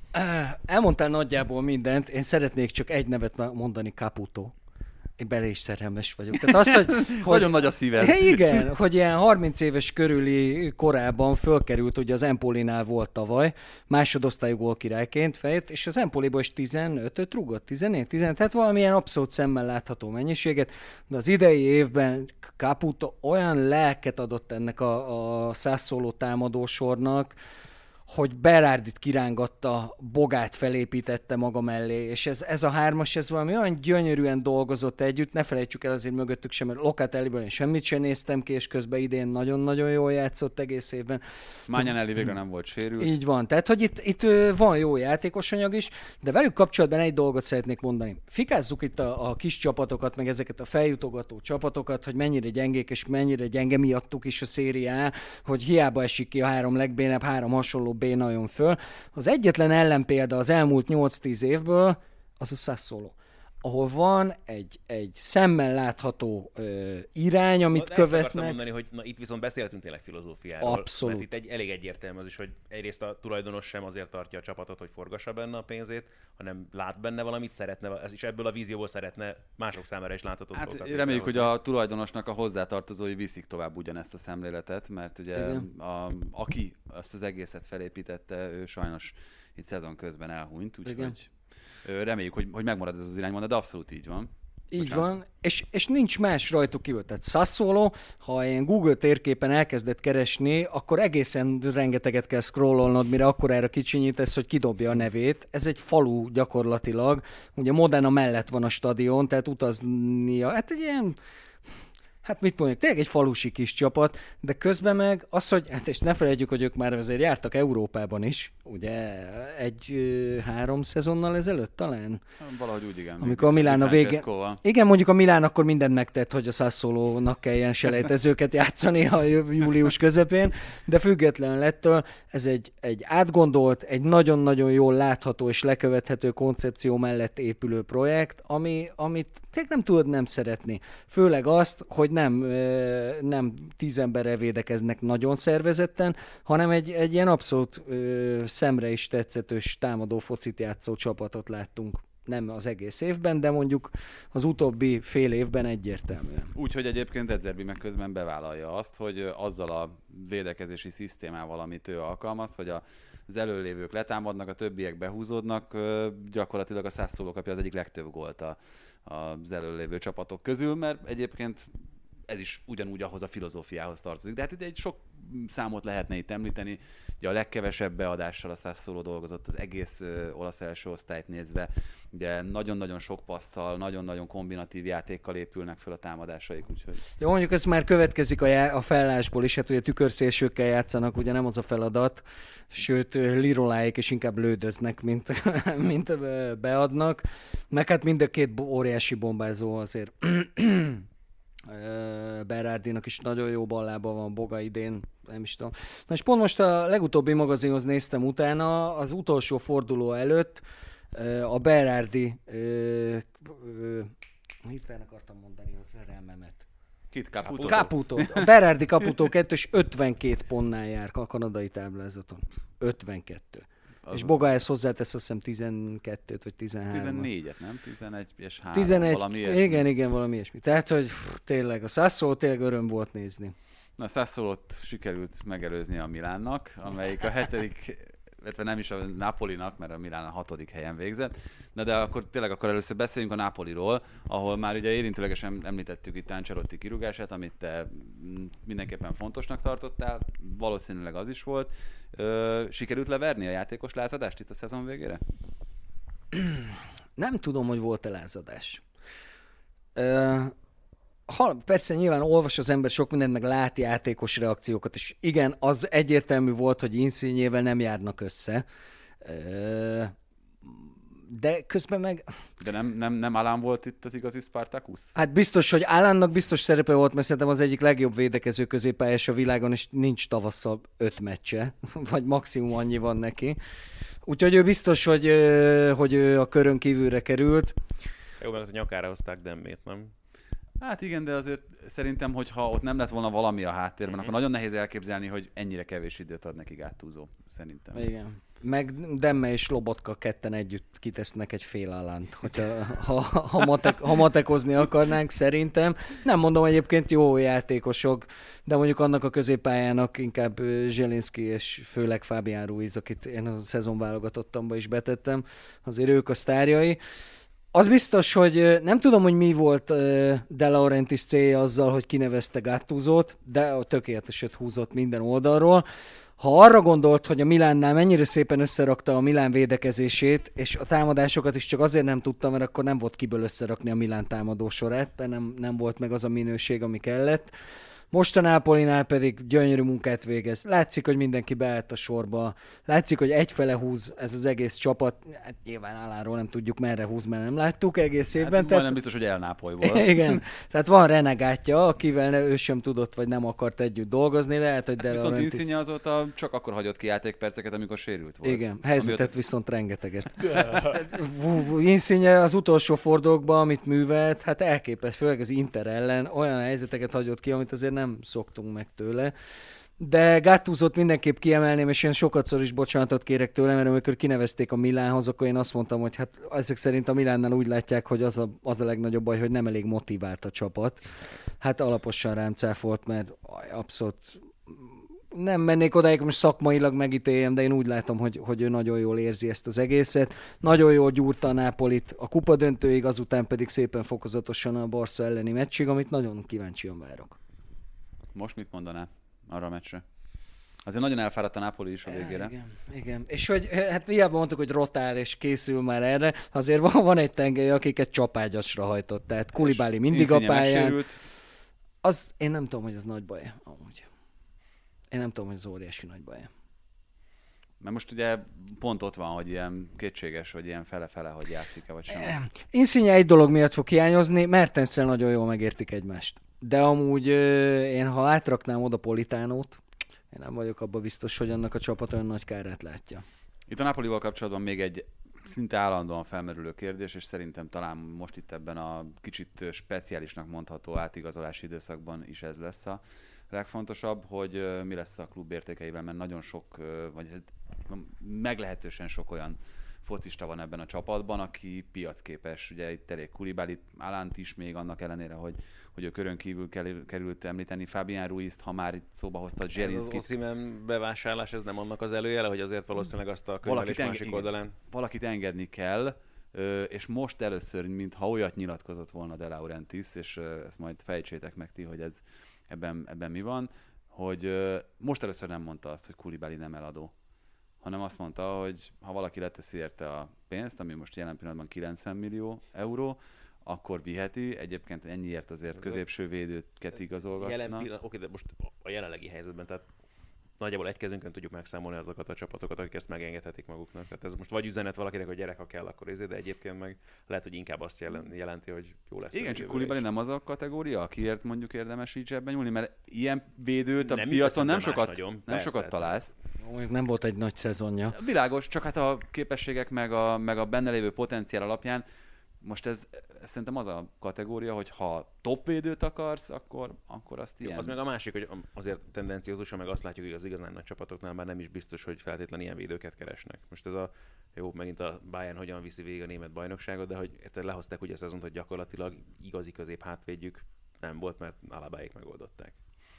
Elmondtál nagyjából mindent, én szeretnék csak egy nevet mondani, Caputo. Én bele is szerelmes vagyok. Tehát az, hogy, hogy nagyon nagy a szíved. Igen, hogy ilyen harminc éves körüli korában fölkerült, ugye az Empolinál volt tavaly, másodosztályú gólkirályként fejt, és az Empoliból is tizenötöt rúgott, tizennégy, tizenöt, tehát valamilyen abszolút szemmel látható mennyiséget, de az idei évben Caputo olyan lelket adott ennek a, a Sassuolo támadósornak, hogy Berardit kirángatta, Bogát felépítette maga mellé, és ez, ez a hármas, ez valami olyan gyönyörűen dolgozott együtt, ne felejtsük el azért mögöttük sem, mert Locatelliből én semmit sem néztem ki, és közben idén nagyon-nagyon jól játszott egész évben. Magnanelli végre nem volt sérült. Így van, tehát hogy itt, itt van jó játékos anyag is, de velük kapcsolatban egy dolgot szeretnék mondani. Fikázzuk itt a, a kis csapatokat, meg ezeket a feljutogató csapatokat, hogy mennyire gyengék, és mennyire gyenge miattuk is a Serie A, hogy hiába esik ki a három legbénebb, három hasonló B nagyon föl. Az egyetlen ellenpélda az elmúlt nyolc-tíz évből az a Sassuolo, ahol van egy, egy szemmel látható ö, irány, amit na, követnek. Ezt akartam mondani, hogy na, itt viszont beszéltünk tényleg filozófiáról. Abszolút. Mert itt egy, elég egyértelmű az is, hogy egyrészt a tulajdonos sem azért tartja a csapatot, hogy forgassa benne a pénzét, hanem lát benne valamit, szeretne, és ebből a vízióból szeretne mások számára is látható hát dolgokat. reméljük, hogy a tulajdonosnak a hozzátartozói viszik tovább ugyanezt a szemléletet, mert ugye a, aki azt az egészet felépítette, ő sajnos itt szezon közben elhunyt, úgyhogy reméljük, hogy, hogy megmarad ez az irányvonal, de abszolút így van. Így Bocsánat. van, és, és nincs más rajtuk kívül. Tehát Sassuolo, ha ilyen Google térképen elkezdett keresni, akkor egészen rengeteget kell scrollolnod, mire akkorára kicsinyítesz, hogy kidobja a nevét. Ez egy falu gyakorlatilag. Ugye Modena mellett van a stadion, tehát utaznia, hát egy ilyen... Hát mit mondjuk, tényleg egy falusi kis csapat, de közben meg az, hogy, hát és ne felejtjük, hogy ők már azért jártak Európában is, ugye egy három szezonnal ezelőtt talán? Valahogy úgy, igen. Amikor a Milán a végén... Igen, mondjuk a Milán akkor mindent megtett, hogy a Sassuolónak kelljen selejtezőket játszani a július közepén, de függetlenül ettől ez egy, egy átgondolt, egy nagyon-nagyon jól látható és lekövethető koncepció mellett épülő projekt, ami, amit tényleg nem tudod nem szeretni. Főleg azt, hogy nem, nem tíz emberrel védekeznek nagyon szervezetten, hanem egy, egy ilyen abszolút ö, szemre is tetszetős támadó focit játszó csapatot láttunk. nem az egész évben, de mondjuk az utóbbi fél évben egyértelműen. Úgyhogy egyébként Edzerbi meg közben bevállalja azt, hogy azzal a védekezési szisztémával, amit ő alkalmaz, hogy a az előlévők letámadnak, a többiek behúzódnak, gyakorlatilag a Sassuolo kapja az egyik legtöbb gólt a, az előlévő csapatok közül, mert egyébként ez is ugyanúgy ahhoz a filozófiához tartozik. De hát itt egy sok számot lehetne itt említeni, ugye a legkevesebb beadással a Sassuolo dolgozott az egész ö, olasz első osztályt nézve, ugye nagyon-nagyon sok passzal, nagyon-nagyon kombinatív játékkal épülnek föl a támadásaik, úgyhogy... Jó, mondjuk ez már következik a, já- a felállásból is, hát ugye tükörszélsőkkel játszanak, ugye nem az a feladat, sőt Liroláék is inkább lődöznek, mint, mint beadnak, meg hát mind a két óriási bombázó azért. Berardinak is nagyon jó ballában van, Boga idén, nem is tudom. Na és pont most a legutóbbi magazinhoz néztem utána, az utolsó forduló előtt a Berardi, hirtelen akartam mondani az rememet. Kit Caputo? Caputo. A Berardi Caputo kettő és ötvenkét pontnál jár a kanadai táblázaton. ötvenkettő. Az és Boga ezt hozzátesz, azt hiszem tizenkettőt vagy tizenhármat. tizennégyet, nem? tizenegy és három, tizenegy, valami ilyesmi. Igen, igen, valami ilyesmi. Tehát, hogy pff, tényleg, a Sassuolo tényleg öröm volt nézni. Na, a Sassuolót sikerült megelőzni a Milánnak, amelyik a hetedik, illetve nem is a Napolinak, mert a Milán a hatodik helyen végzett. Na de akkor tényleg akkor először beszéljünk a Napoliról, ahol már ugye érintőlegesen említettük itt Ancelotti kirúgását, amit te mindenképpen fontosnak tartottál, valószínűleg az is volt. Ö, sikerült leverni a játékos lázadást itt a szezon végére? Nem tudom, hogy volt-e lázadás. Ö, ha, persze nyilván olvas az ember sok mindent, meg lát játékos reakciókat, és igen, az egyértelmű volt, hogy Insignével nem járnak össze. Ö, de közben meg... De nem, nem, nem Alan volt itt az igazi Spartacus? Hát biztos, hogy Alannak biztos szerepe volt, mert szerintem az egyik legjobb védekező középpályás a világon, és nincs tavasszal öt meccse, vagy maximum annyi van neki. Úgyhogy ő biztos, hogy, hogy ő a körön kívülre került. Jó, mert a nyakára hozták Demmét, nem? Hát igen, de azért szerintem, hogyha ott nem lett volna valami a háttérben, mm-hmm. akkor nagyon nehéz elképzelni, hogy ennyire kevés időt ad neki Gattuso, szerintem. Igen. Meg Demme és Lobotka ketten együtt kitesznek egy fél Alant, hogyha ha, ha, matek, ha matekozni akarnánk, szerintem. Nem mondom, egyébként jó játékosok, de mondjuk annak a középpályának inkább Zselinszky és főleg Fabián Ruiz, akit én a szezon válogatottamba is betettem, azért ők a sztárjai. Az biztos, hogy nem tudom, hogy mi volt De Laurentiis célja azzal, hogy kinevezte Gattusót, de a tökéleteset húzott minden oldalról. Ha arra gondolt, hogy a Milánnál mennyire szépen összerakta a Milán védekezését, és a támadásokat is csak azért nem tudta, mert akkor nem volt kiből összerakni a Milán támadó sorát, mert nem, nem volt meg az a minőség, ami kellett. Most a Nápolinál pedig gyönyörű munkát végez. Látszik, hogy mindenki beállt a sorba. Látszik, hogy egyfele húz ez az egész csapat. Hát nyilván Alanról nem tudjuk, merre húz, mert nem láttuk egész évben. Hát, tehát... nem biztos, hogy El Nápolyból. Igen. Tehát van renegátja, akivel ő sem tudott, vagy nem akart együtt dolgozni. Lehet, hogy hát De viszont Laurentiis... Insigne azóta csak akkor hagyott ki játékperceket, amikor sérült volt. Igen, helyzetet ott... viszont rengeteget. Insigne az utolsó fordulókban, amit művelt, hát elképesztő, főleg az Inter ellen olyan helyzeteket hagyott ki, amit azért nem szoktunk meg tőle. De Gattusót mindenképp kiemelném, és én sokatszor is bocsánatot kérek tőle, mert amikor kinevezték a Milánhoz, akkor én azt mondtam, hogy hát ezek szerint a Milánnál úgy látják, hogy az a, az a legnagyobb baj, hogy nem elég motivált a csapat. Hát alaposan rám cáfolt, mert abszolút nem mennék odáig, most szakmailag megítéljem, de én úgy látom, hogy, hogy ő nagyon jól érzi ezt az egészet. Nagyon jól gyúrta a Nápolit a kupadöntőig, azután pedig szépen fokozatosan a Barca elleni meccsig, amit nagyon kíváncsian várok. Most mit mondanál arra a meccsre? Azért nagyon elfáradt a Napoli is a végére. Ja, igen, igen. És hogy hát hiába mondtuk, hogy rotál és készül már erre, azért van, van egy tengely, akiket csapágyasra hajtott. Tehát Koulibaly mindig a pályán. Megsérült. Az, én nem tudom, hogy ez nagy baj. Amúgy. Én nem tudom, hogy ez óriási nagy baj. Mert most ugye pont ott van, hogy ilyen kétséges, vagy ilyen fele-fele, hogy játszik-e, vagy sem. Insigne egy dolog miatt fog hiányozni, Mertenssel nagyon jól megértik egymást. De amúgy én, ha átraknám oda Politánót, én nem vagyok abban biztos, hogy annak a csapat olyan nagy kárát látja. Itt a Napolival kapcsolatban még egy szinte állandóan felmerülő kérdés, és szerintem talán most itt ebben a kicsit speciálisnak mondható átigazolási időszakban is ez lesz a legfontosabb, hogy mi lesz a klub értékeivel, mert nagyon sok, vagy meglehetősen sok olyan focista van ebben a csapatban, aki piacképes. Ugye itt elég Koulibalyt, Alant is még annak ellenére, hogy, hogy a körön kívül került említeni, Fabián Ruizt, ha már itt szóba hozta Zsielinszkit. Ez az Osimhen bevásárlás, ez nem annak az előjele, hogy azért valószínűleg azt a könyvelés másik enged, oldalán... Valakit engedni kell, és most először, mintha olyat nyilatkozott volna De Laurentiis, és ezt majd fejtsétek meg ti, hogy ez ebben, ebben mi van, hogy most először nem mondta azt, hogy Koulibaly nem eladó, hanem azt mondta, hogy ha valaki leteszi érte a pénzt, ami most jelen pillanatban kilencven millió euró, akkor viheti. Egyébként ennyiért azért középső védőket igazolgatna. Jelen pillanat, oké, de most a jelenlegi helyzetben, tehát nagyjából egy kezünkön tudjuk megszámolni azokat a csapatokat, akik ezt megengedhetik maguknak. Tehát ez most vagy üzenet valakinek, hogy gyerek, ha kell, akkor ezért, de egyébként meg lehet, hogy inkább azt jelenti, hogy jó lesz. Igen, csak Koulibaly nem az a kategória, akiért mondjuk érdemes így zsebben nyúlni, mert ilyen védőt a nem piacon nem sokat, nagyon, nem persze, sokat találsz. Mondjuk nem volt egy nagy szezonja. Világos, csak hát a képességek meg a, meg a benne lévő potenciál alapján most ez, ez szerintem az a kategória, hogy ha top védőt akarsz, akkor, akkor azt ilyen... Jó, az meg a másik, hogy azért tendenciózusan meg azt látjuk, hogy az igazán nagy csapatoknál már nem is biztos, hogy feltétlenül ilyen védőket keresnek. Most ez a, jó, megint a Bayern hogyan viszi végig a német bajnokságot, de hogy lehozták ugye a szezont, hogy gyakorlatilag igazi közép hátvédjük nem volt, mert Alabáék megoldották.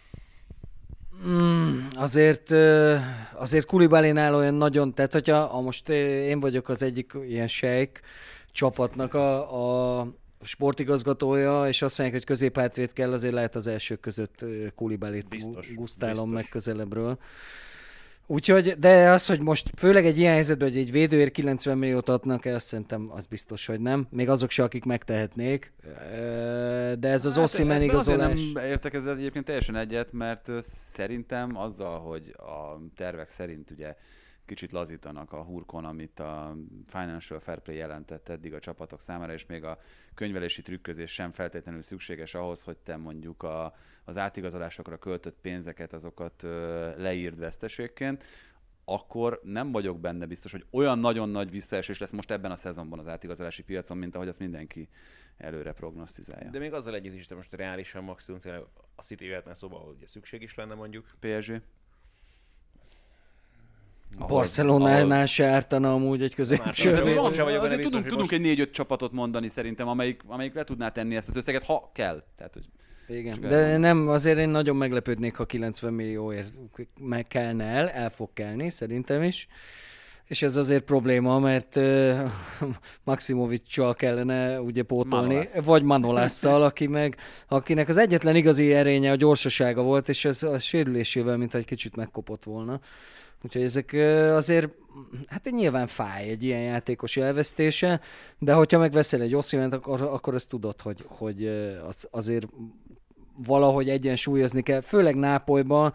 Mm, azért, azért Koulibalynál olyan nagyon, tehát hogyha ha most én vagyok az egyik ilyen sejk csapatnak a, a sportigazgatója, és azt mondják, hogy középhátvéd kell, azért lehet az elsők között Koulibalyt gusztálom meg közelebbről. Úgyhogy, de az, hogy most főleg egy ilyen helyzetben, hogy egy védőért kilencven milliót adnak el, azt szerintem az biztos, hogy nem. Még azok se, akik megtehetnék. De ez az hát, Osimhen igazolás... Azért nem értek ezzel egyébként teljesen egyet, mert szerintem azzal, hogy a tervek szerint ugye kicsit lazítanak a hurkon, amit a Financial Fair Play jelentett eddig a csapatok számára, és még a könyvelési trükközés sem feltétlenül szükséges ahhoz, hogy te mondjuk a, az átigazolásokra költött pénzeket, azokat ö, leírd veszteségként, akkor nem vagyok benne biztos, hogy olyan nagyon nagy visszaesés lesz most ebben a szezonban az átigazolási piacon, mint ahogy azt mindenki előre prognosztizálja. De még azzal együtt is, de most reálisan maximum tényleg a City jöhetne szóba, hogy ugye szükség is lenne mondjuk. pé es gé? A Barcelonánál se ártana amúgy egy középső. Tudunk, tudunk egy négy-öt csapatot mondani szerintem, amelyik, amelyik le tudná tenni ezt az összeget, ha kell. Tehát, hogy igen, de elmondani. Nem, azért én nagyon meglepődnék, ha kilencven millióért meg kellene el, el fog kelni, szerintem is. És ez azért probléma, mert uh, Maximovic-sal kellene ugye pótolni, Manolász. Vagy Manolásszal, aki meg, akinek az egyetlen igazi erénye a gyorsasága volt, és ez a sérülésével, mint egy kicsit megkopott volna. Úgyhogy ezek azért, hát nyilván fáj egy ilyen játékos elvesztése, de hogyha megveszel egy Osimhent, akkor, akkor azt tudod, hogy, hogy az, azért valahogy egyensúlyozni kell, főleg Nápolyban,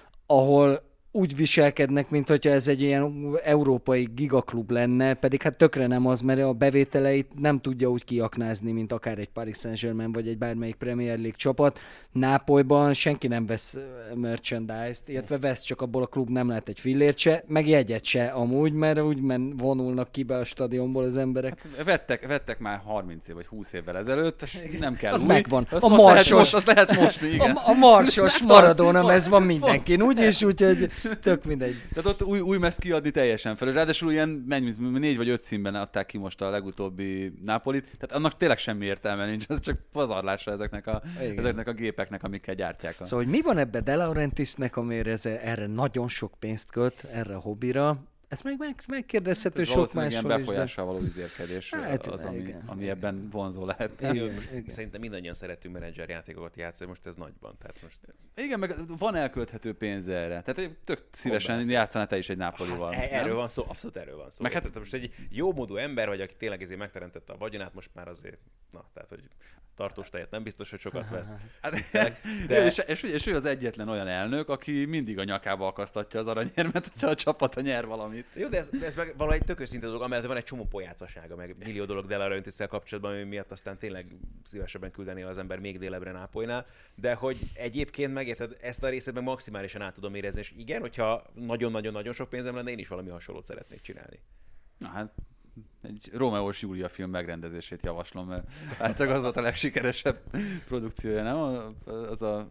ahol úgy viselkednek, mint hogyha ez egy ilyen európai gigaklub lenne, pedig hát tökre nem az, mert a bevételeit nem tudja úgy kiaknázni, mint akár egy Paris Saint-Germain vagy egy bármelyik Premier League csapat. Nápolyban senki nem vesz merchandise-t, illetve vesz, csak abból a klub nem lehet egy fillért se, meg jegyet se amúgy, mert úgy men vonulnak ki be a stadionból az emberek. Hát vettek, vettek már harminc év vagy húsz évvel ezelőtt, és nem kell az új. megvan. Az a marsos, lehet, lehet mosni, igen. A, a marsos Maradona, ez van mindenkin, úgy és úgy, hogy tök mindegy. Tehát ott új, új mezt kiadni teljesen fel. Ráadásul ilyen mennyi, négy vagy öt színben adták ki most a legutóbbi Nápolit, tehát annak tényleg semmi értelme nincs, ez csak pazarlása ezeknek a, ezeknek a gépeknek, amikkel gyártják. A... Szóval, hogy mi van ebben De Laurentiisnek, amire ez, erre nagyon sok pénzt költ, erre a hobbira, ez meg, meg megkérdezhető ez sok máshol is. Valószínűleg ilyen befolyással de... való üzérkedés hát, az, ami, igen, ami igen. ebben vonzó lehet. Igen, most igen. Szerintem mindannyian szeretünk menedzser játékokat játszani, most ez nagyban. Tehát most... Igen, meg van elkölthető pénz erre. Tehát tök szívesen játszanál te is egy Nápolival. Hát, erről van szó, abszolút erről van szó. Meg hát... Tehát most egy jó módú ember vagy, aki tényleg ezért megteremtette a vagyonát, most már azért, na, tehát, hogy tartós tejet nem biztos, hogy sokat vesz. Hát, de... és, és, és ő az egyetlen olyan elnök, aki mindig a nyakába akasztatja az aranyérmet, hogyha a csapata nyer valamit. Jó, de ez, de ez meg valahogy tök őszinte dolog, amellett van egy csomó pojácasága, meg millió dolog De Laurentiissel kapcsolatban, ami miatt aztán tényleg szívesebben küldené az ember még délebbre Nápolynál, de hogy egyébként megérted, ezt a részét meg maximálisan át tudom érezni, és igen, hogyha nagyon-nagyon-nagyon sok pénzem lenne, én is valami hasonlót szeretnék csinálni. Na hát, egy Rómeós Júlia film megrendezését javaslom, mert általában az volt a legsikeresebb produkciója, nem? Az a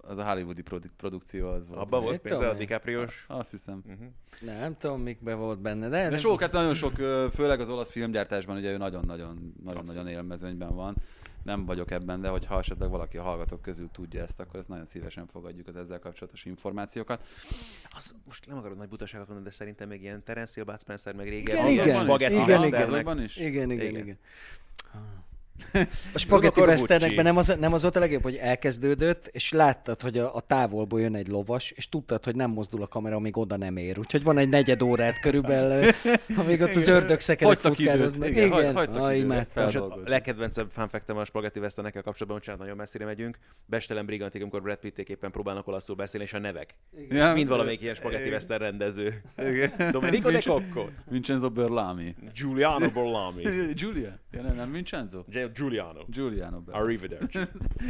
az a hollywoodi produ- produkció az volt. Abban volt pénze a tudom én. DiCapriós? Azt hiszem. Uh-huh. Nem tudom, mikben volt benne, de... De sok, hát nagyon sok, főleg az olasz filmgyártásban ugye ő nagyon-nagyon, nagyon-nagyon élmezőnyben van. Nem vagyok ebben, de hogyha esetleg valaki a hallgatók közül tudja ezt, akkor ezt nagyon szívesen fogadjuk az ezzel kapcsolatos információkat. Az, most nem akarod nagy butaságot mondani, de szerintem még ilyen Terence Hill, Bud Spencer, meg Igen, régen. igen, spagetti igen, westernnek. Azokban is? Igen, igen, Igen. igen. A spagetti Akkor westernekben Gucci. nem az, nem az volt a legjobb, hogy elkezdődött, és láttad, hogy a, a távolból jön egy lovas, és tudtad, hogy nem mozdul a kamera, amíg oda nem ér. Úgyhogy van egy negyed órát körülbelül, amíg ott az ördögszekerek Hagytak időt, futkároznak. igen, hagy- Igen, hagytak ah, időt, imádtam. ezt És a Dolgozni. legkedvencebb fanfactem a spagetti westernekkel kapcsolatban, bocsánat, nagyon messzire megyünk. Bestelem Brigantik, amikor Brad Pitték éppen próbálnak olaszul beszélni, és a nevek. Ja, Mind valamelyik ilyen spagetti western rendező. Igen. Domenico de Vince- Cocco. Vincenzo Berlami. Giuliano Borlami. Giulia? Ja, nem, nem Vincenzo? Giuliano. Giuliano Berlami. Arrivederci.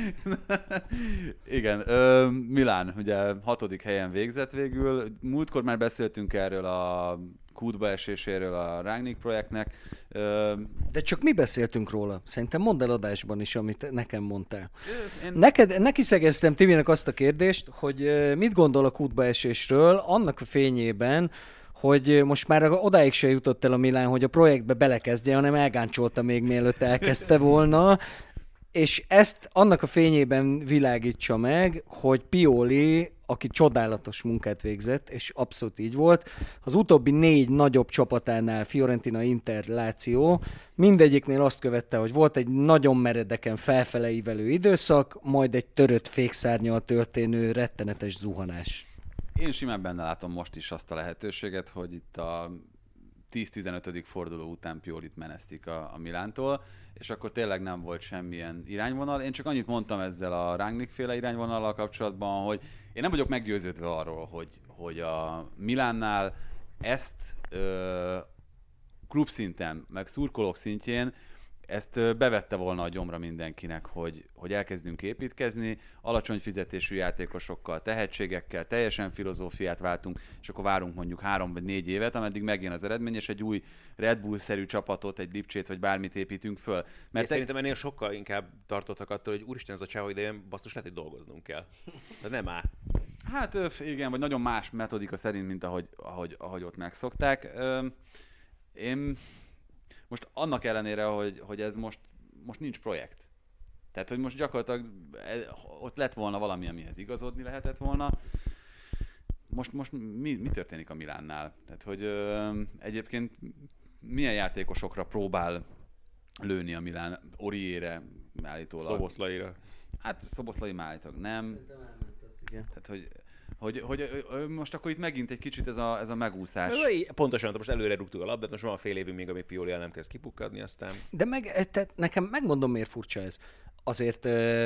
Igen, ö, Milán ugye hatodik helyen végzett végül. Múltkor már beszéltünk erről a kútba eséséről a Rangnick projektnek. Ö, De csak mi beszéltünk róla. Szerintem mondd el adásban is, amit nekem mondtál. én... Neked, neki szegeztem Timinek azt a kérdést, hogy ö, mit gondol a kútbaesésről, annak a fényében, hogy most már odáig se jutott el a Milán, hogy a projektbe belekezdje, hanem elgáncsolta még mielőtt elkezdte volna, és ezt annak a fényében világítsa meg, hogy Pioli, aki csodálatos munkát végzett, és abszolút így volt, az utóbbi négy nagyobb csapatánál, Fiorentina, Inter, Lazio, mindegyiknél azt követte, hogy volt egy nagyon meredeken felfele ívelő időszak, majd egy törött fékszárnnyal történő rettenetes zuhanás. Én simán benne látom most is azt a lehetőséget, hogy itt a tíz-tizenötödik forduló után Piolit menesztik a, a Milántól, és akkor tényleg nem volt semmilyen irányvonal. Én csak annyit mondtam ezzel a Rangnick féle irányvonallal kapcsolatban, hogy én nem vagyok meggyőződve arról, hogy, hogy a Milánnál ezt ö, klubszinten, meg szurkolók szintjén ezt bevette volna a gyomra mindenkinek, hogy, hogy elkezdünk építkezni, alacsony fizetésű játékosokkal, tehetségekkel, teljesen filozófiát váltunk, és akkor várunk mondjuk három vagy négy évet, ameddig megjön az eredmény, és egy új Red Bull-szerű csapatot, egy Lipcsét vagy bármit építünk föl. Mert te... szerintem ennél sokkal inkább tartottak attól, hogy úristen, ez a csávó idején basszus, lehet, hogy dolgoznunk kell. De nem áll. Hát igen, vagy nagyon más metodika szerint, mint ahogy, ahogy, ahogy ott megszokták. Én... Most annak ellenére, hogy, hogy ez most, most nincs projekt. Tehát, hogy most gyakorlatilag ott lett volna valami, amihez igazodni lehetett volna. Most, most mi, mi történik a Milánnál? Tehát, hogy ö, egyébként milyen játékosokra próbál lőni a Milán? Oriére állítólag. Szoboszlaira. Hát Szoboszlai már állítólag nem. Tehát, hogy... Hogy, hogy most akkor itt megint egy kicsit ez a, ez a megúszás. Pontosan, most előre rúgtuk a labdát, most van fél évünk még, amíg Pioli el nem kezd kipukkadni, aztán... De meg, tehát nekem megmondom, miért furcsa ez. Azért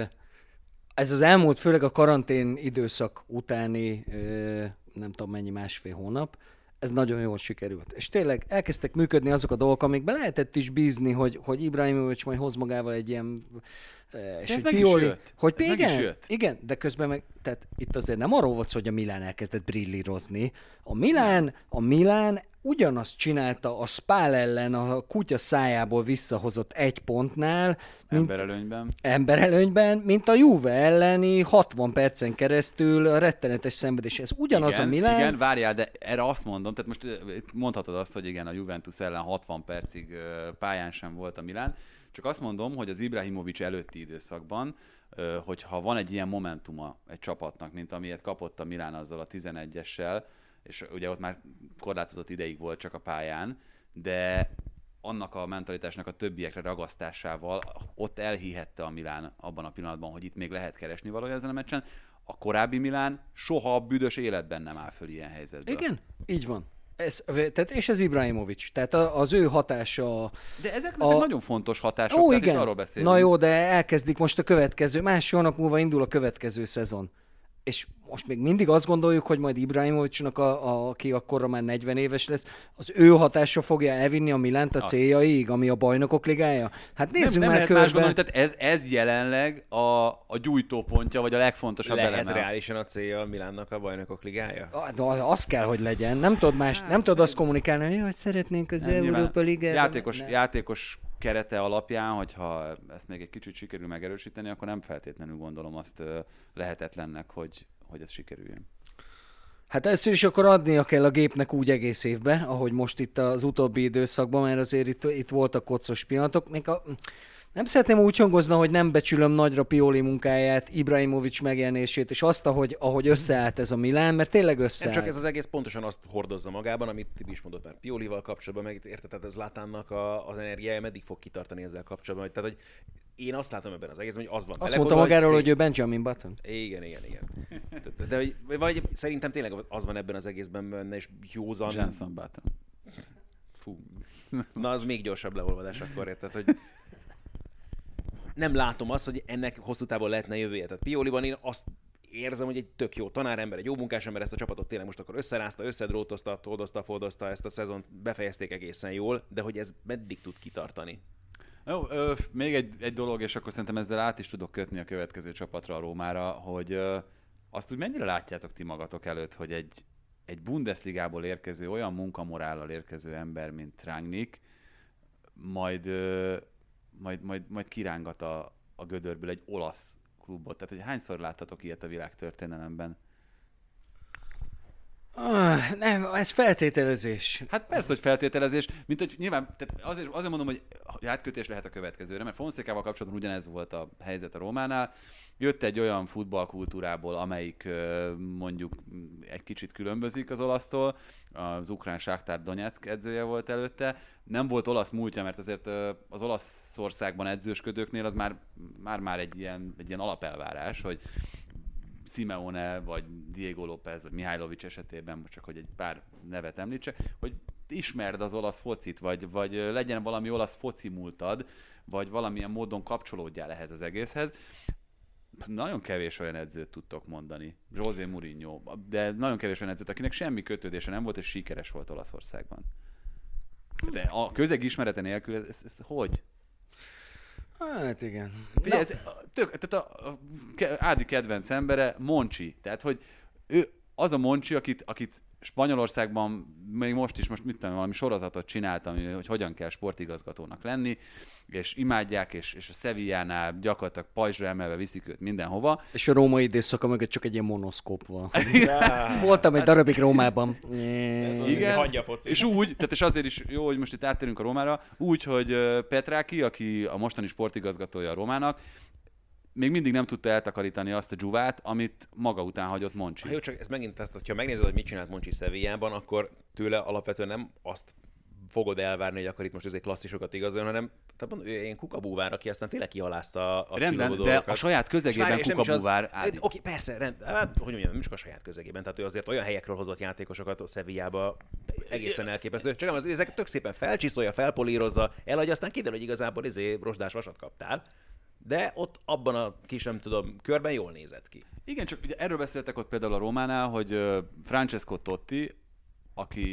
ez az elmúlt, főleg a karantén időszak utáni, nem tudom mennyi, másfél hónap, ez nagyon jól sikerült. És tényleg elkezdtek működni azok a dolgok, amikben lehetett is bízni, hogy, hogy Ibrahimovic majd hoz magával egy ilyen... És ez hogy meg Pioli, is jött. hogy Ez meg igen, is jött. igen, de közben meg, tehát itt azért nem arról volt szó, hogy a Milán elkezdett brillírozni. A Milán, a Milán ugyanazt csinálta a Spal ellen a kutya szájából visszahozott egy pontnál, mint Emberelőnyben. emberelőnyben, mint a Juve elleni hatvan percen keresztül a rettenetes szenvedés. Ez ugyanaz igen, a Milán. Igen, várjál, de erre azt mondom, tehát most mondhatod azt, hogy igen, a Juventus ellen hatvan percig pályán sem volt a Milán, csak azt mondom, hogy az Ibrahimovic előtti időszakban, hogyha van egy ilyen momentuma egy csapatnak, mint amilyet kapott a Milán azzal a tizenegyessel, és ugye ott már korlátozott ideig volt csak a pályán, de annak a mentalitásnak a többiekre ragasztásával ott elhihette a Milán abban a pillanatban, hogy itt még lehet keresni valója ezen a meccsen. A korábbi Milán soha a büdös életben nem áll föl ilyen helyzetből. Igen, így van. Ez, tehát, és ez Ibrahimovic. Tehát az ő hatása... De ezek, a... ezek nagyon fontos hatások, Ó, tehát igen. itt arról beszélünk. Na jó, de elkezdik most a következő, másfél hónap múlva indul a következő szezon. És most még mindig azt gondoljuk, hogy majd Ibrahimovicnak, a, a, aki akkorra már negyven éves lesz, az ő hatása fogja elvinni a Milánt a azt. céljaig, ami a Bajnokok Ligája? Hát nézzük nem, nem már lehet körben. más gondolni, tehát ez, ez jelenleg a, a gyújtópontja, vagy a legfontosabb lehet eleme. Lehet reálisan a célja a Milánnak a Bajnokok Ligája? De az kell, hogy legyen. Nem tudod, más, nem tudod azt kommunikálni, hogy, hogy szeretnénk az Nem, Európa Ligát. Játékos, játékos kerete alapján, hogyha ezt még egy kicsit sikerül megerősíteni, akkor nem feltétlenül gondolom azt lehetetlennek, hogy, hogy ez sikerüljön. Hát először is akkor adnia kell a gépnek úgy egész évbe, ahogy most itt az utóbbi időszakban, mert azért itt, itt voltak koccos pillanatok. Még a, nem szeretném úgy hangozni, hogy nem becsülöm nagyra Pioli munkáját, Ibrahimovic megjelenését, és azt, ahogy, ahogy összeállt ez a Milán, mert tényleg összeállt. Nem csak ez az egész pontosan azt hordozza magában, amit Tibi is mondott már Piolival kapcsolatban, meg érted, tehát ez Zlatannak a, az energiája meddig fog kitartani ezzel kapcsolatban. Tehát, hogy én azt látom ebben az egészben, hogy az van. Azt mondta magáról, hogy, hogy ő Benjamin Button. Igen, igen, igen. De, de, de vagy szerintem tényleg az van ebben az egészben benne, és józan... Jenson Button. Fú. Na, az még gyorsabb leolvadás akkor, érted, hogy nem látom azt, hogy ennek hosszú távon lehetne jövője. Tehát Pioliban én azt érzem, hogy egy tök jó tanárember, egy jó munkásember, ezt a csapatot tényleg most akkor összerázta, összedrótozta, toldozta, foldozta, ezt a szezont befejezték egészen jól, de hogy ez meddig tud kitartani? Jó, ö, még egy, egy dolog, és akkor szerintem ezzel át is tudok kötni a következő csapatra, a Rómára, hogy ö, azt úgy mennyire látjátok ti magatok előtt, hogy egy, egy Bundesligából érkező, olyan munkamorállal érkező ember, mint Rangnick, majd, ö, majd, majd, majd kirángat a, a gödörből egy olasz klubot. Tehát, hogy hányszor láttatok ilyet a világtörténelemben? Ah, nem, ez feltételezés. Hát persze, hogy feltételezés, mint hogy nyilván, tehát azért, azért mondom, hogy átkötés lehet a következőre, mert Fonszékával kapcsolatban ugyanez volt a helyzet a Rómánál. Jött egy olyan futballkultúrából, amelyik mondjuk egy kicsit különbözik az olasztól, az ukrán Shakhtar Donetsk edzője volt előtte. Nem volt olasz múltja, mert azért az Olaszországban edzősködőknél az már, már, már egy, ilyen, egy ilyen alapelvárás, hogy Simeone, vagy Diego López, vagy Mihajlovics esetében, most csak hogy egy pár nevet említsek, hogy ismerd az olasz focit, vagy, vagy legyen valami olasz foci múltad, vagy valamilyen módon kapcsolódjál ehhez az egészhez. Nagyon kevés olyan edzőt tudtok mondani. José Mourinho, de nagyon kevés olyan edzőt, akinek semmi kötődése nem volt, és sikeres volt Olaszországban. De a közeg ismerete nélkül ez, ez, ez hogy? Hát igen. Figyelj, ez tök, tehát a, a, a Ádi kedvenc embere Monchi. Tehát, hogy ő az a Monchi, akit, akit Spanyolországban még most is, most mit tudom, valami sorozatot csináltam, hogy hogyan kell sportigazgatónak lenni, és imádják, és, és a Sevillánál gyakorlatilag pajzsra emelve viszik őt mindenhova. És a római időszaka mögött csak egy ilyen monoszkóp van. Voltam egy darabig Rómában. Igen, és úgy, tehát és azért is jó, hogy most itt áttérünk a Rómára, úgy, hogy Petráki, aki a mostani sportigazgatója a Rómának, még mindig nem tudta eltakarítani azt a dzsuvát, amit maga után hagyott Monchi. Ha jó, csak ez megint ezt, hogyha megnézed, hogy mit csinált Monchi Sevillában, akkor tőle alapvetően nem azt fogod elvárni, hogy akar itt most ezért klasszisokat igazolni, hanem tehát mondom, ő ilyen kukabúvár, aki aztán tényleg kihalázza a rendben, csillogó de dolgokat. A saját közegében kukabúvár az... Oké, okay, persze, rend, hát, hogy mondjam, nem csak a saját közegében, tehát ő azért olyan helyekről hozott játékosokat a Sevillába egészen elképesztő. Csak az, ezek tök szépen felcsiszolja, felpolírozza, eladja, aztán kiderül, hogy igazából izé rozsdás vasat kaptál. De ott abban a kis, nem tudom, körben jól nézett ki. Igen, csak ugye erről beszéltek ott például a Rómánál, hogy Francesco Totti, aki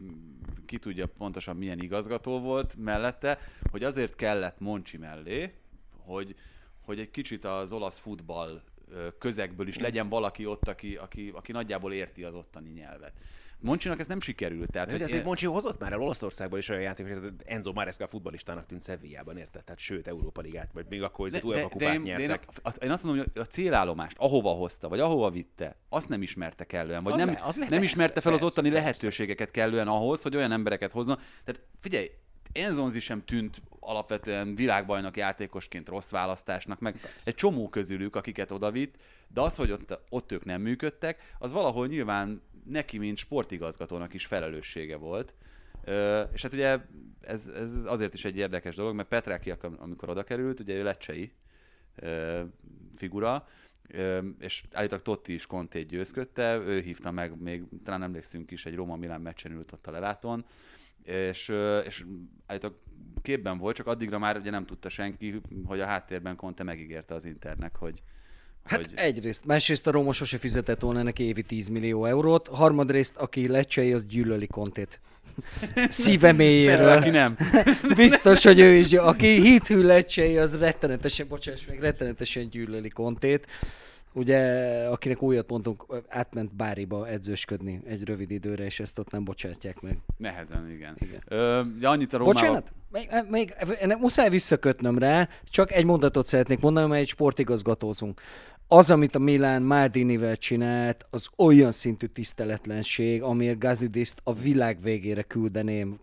ki tudja pontosan milyen igazgató volt mellette, hogy azért kellett Monchi mellé, hogy, hogy egy kicsit az olasz futball közegből is legyen valaki ott, aki, aki, aki nagyjából érti az ottani nyelvet. Moncsinak ez nem sikerült. Tehát, de, hogy de ezért én... Monchi hozott már el Olaszországból is olyan játékos, Enzo Maresca futballistának tűnt Sevillában, érted? Tehát sőt, Európa Ligát, vagy még akkor hogy UEFA kupát én, nyertek. De én, a, én azt mondom, hogy a célállomást, ahova hozta, vagy ahova vitte, azt nem ismerte kellően, vagy az nem, le, az le, nem persze, ismerte fel persze, az ottani persze. lehetőségeket kellően ahhoz, hogy olyan embereket hozzon. Tehát figyelj, Enzonzi sem tűnt alapvetően világbajnok játékosként rossz választásnak, meg persze. Egy csomó közülük, akiket odavitt, de az, hogy ott, ott ők nem működtek, az valahol nyilván neki, mint sportigazgatónak is felelőssége volt. Ö, és hát ugye ez, ez azért is egy érdekes dolog, mert Petráki, amikor oda került, ugye ő lecsei ö, figura, ö, és állítólag Totti is Contét győzködte, ő hívta meg, még talán emlékszünk is, egy Róma-Milán meccsen ült ott a lelátón, és, és állítólag képben volt, csak addigra már ugye nem tudta senki, hogy a háttérben Conte megígérte az Internek, hogy Hát hogy... egyrészt, másrészt a Róma sose fizetett volna neki évi tíz millió eurót, harmadrészt, aki lecsei, az gyűlöli Contét. Szíve mélyéről. Aki nem. Biztos, hogy ő is, aki hithű lecsei, az rettenetesen, bocsáss meg, rettenetesen gyűlöli Contét. ugye, akinek újat mondtunk, átment Báriba edzősködni egy rövid időre, és ezt ott nem bocsátják meg. Nehezen, igen. igen. Ö, annyit a Rómával... Bocsánat, még, még ennek muszáj visszakötnöm rá, csak egy mondatot szeretnék mondani, mert egy sportigazgatózunk. Az, amit a Milán Maldinivel csinált, az olyan szintű tiszteletlenség, amiért Gazidiszt a világ végére küldeném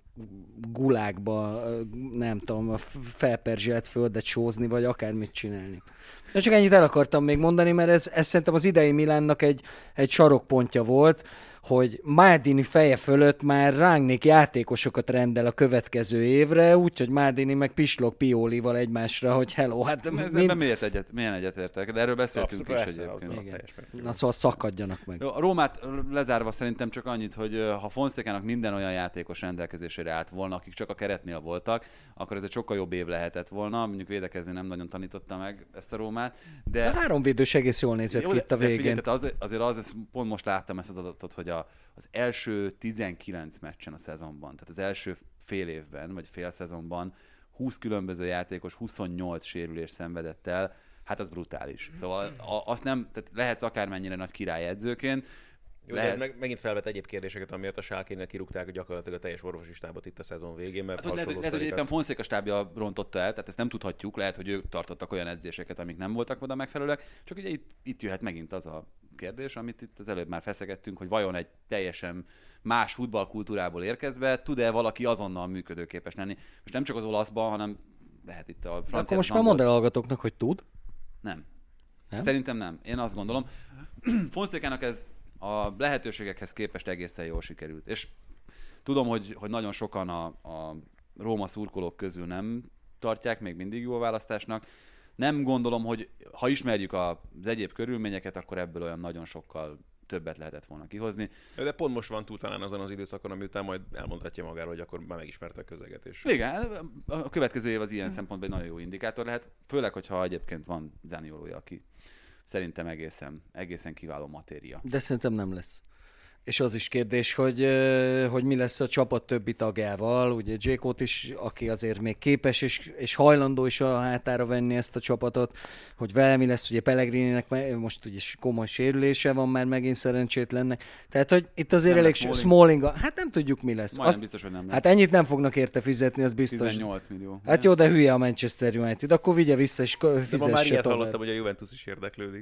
gulákba, nem tudom, a felperzselt földet sózni, vagy akármit csinálni. De csak ennyit el akartam még mondani, mert ez, ez szerintem az idei Milánnak egy, egy sarokpontja volt, hogy Maldini feje fölött már Rangnick játékosokat rendel a következő évre, úgyhogy Maldini meg pislog Piolival egymásra, hogy hello, hát... Ezzel mind... miért egyet, milyen egyetértek, de erről beszéltünk is egyébként. Na szóval szakadjanak meg. A Rómát lezárva szerintem csak annyit, hogy ha Fonszékának minden olyan játékos rendelkezésére állt volna, akik csak a keretnél voltak, akkor ez egy sokkal jobb év lehetett volna, mondjuk védekezni nem nagyon tanította meg ezt a Rómát. De... Ez a háromvédős egész jól nézett jó, ki itt a végén. Figyelj, az, azért az, pont most láttam ezt az adatot, hogy a, az első tizenkilenc meccsen a szezonban, tehát az első fél évben, vagy fél szezonban húsz különböző játékos huszonnyolc sérülés szenvedett el, hát az brutális. Szóval a, azt nem, tehát lehetsz akármennyire nagy király edzőként. Jó, lehet... ez meg, megint felvet egyéb kérdéseket, amiért a Schalke-nél kirúgták gyakorlatilag a teljes orvosi stábot itt a szezon végén, mert hát, lehet, lehet, hogy éppen Fonseca stábja rontotta el, tehát ezt nem tudhatjuk, lehet, hogy ők tartottak olyan edzéseket, amik nem voltak oda megfelelőek, csak ugye itt, itt jöhet megint az a kérdés, amit itt az előbb már feszegettünk, hogy vajon egy teljesen más futballkultúrából érkezve tud-e valaki azonnal működőképes lenni. Most nem csak az olaszban, hanem lehet itt a francia. Akkor most már mondd el a hallgatóknak, hogy tud? Nem. nem. Szerintem nem. Én azt gondolom. Fonsecának ez a lehetőségekhez képest egészen jól sikerült. És tudom, hogy, hogy nagyon sokan a, a Róma szurkolók közül nem tartják még mindig jó választásnak. Nem gondolom, hogy ha ismerjük az egyéb körülményeket, akkor ebből olyan nagyon sokkal többet lehetett volna kihozni. De pont most van túl talán azon az időszakon, ami után majd elmondhatja magáról, hogy akkor már megismerte a közeget. És... Igen, a következő év az ilyen szempontból egy nagyon jó indikátor lehet, főleg, hogyha egyébként van Zaniolója, aki szerintem egészen, egészen kiváló matéria. De szerintem nem lesz. És az is kérdés, hogy, hogy mi lesz a csapat többi tagjával. Ugye Dzsékót is, aki azért még képes és, és hajlandó is a hátára venni ezt a csapatot, hogy vele mi lesz, ugye Pellegrininek most ugye komoly sérülése van már megint szerencsétlennek. Tehát, hogy itt azért nem elég Smalling. Smalling, hát nem tudjuk mi lesz. Majdnem biztos, hogy nem lesz. Hát ennyit nem fognak érte fizetni, az biztos. tizennyolc millió. Hát jó, de hülye a Manchester United, akkor vigye vissza és fizesse tovább. De ma már ilyet tovább. hallottam, hogy a Juventus is érdeklődik.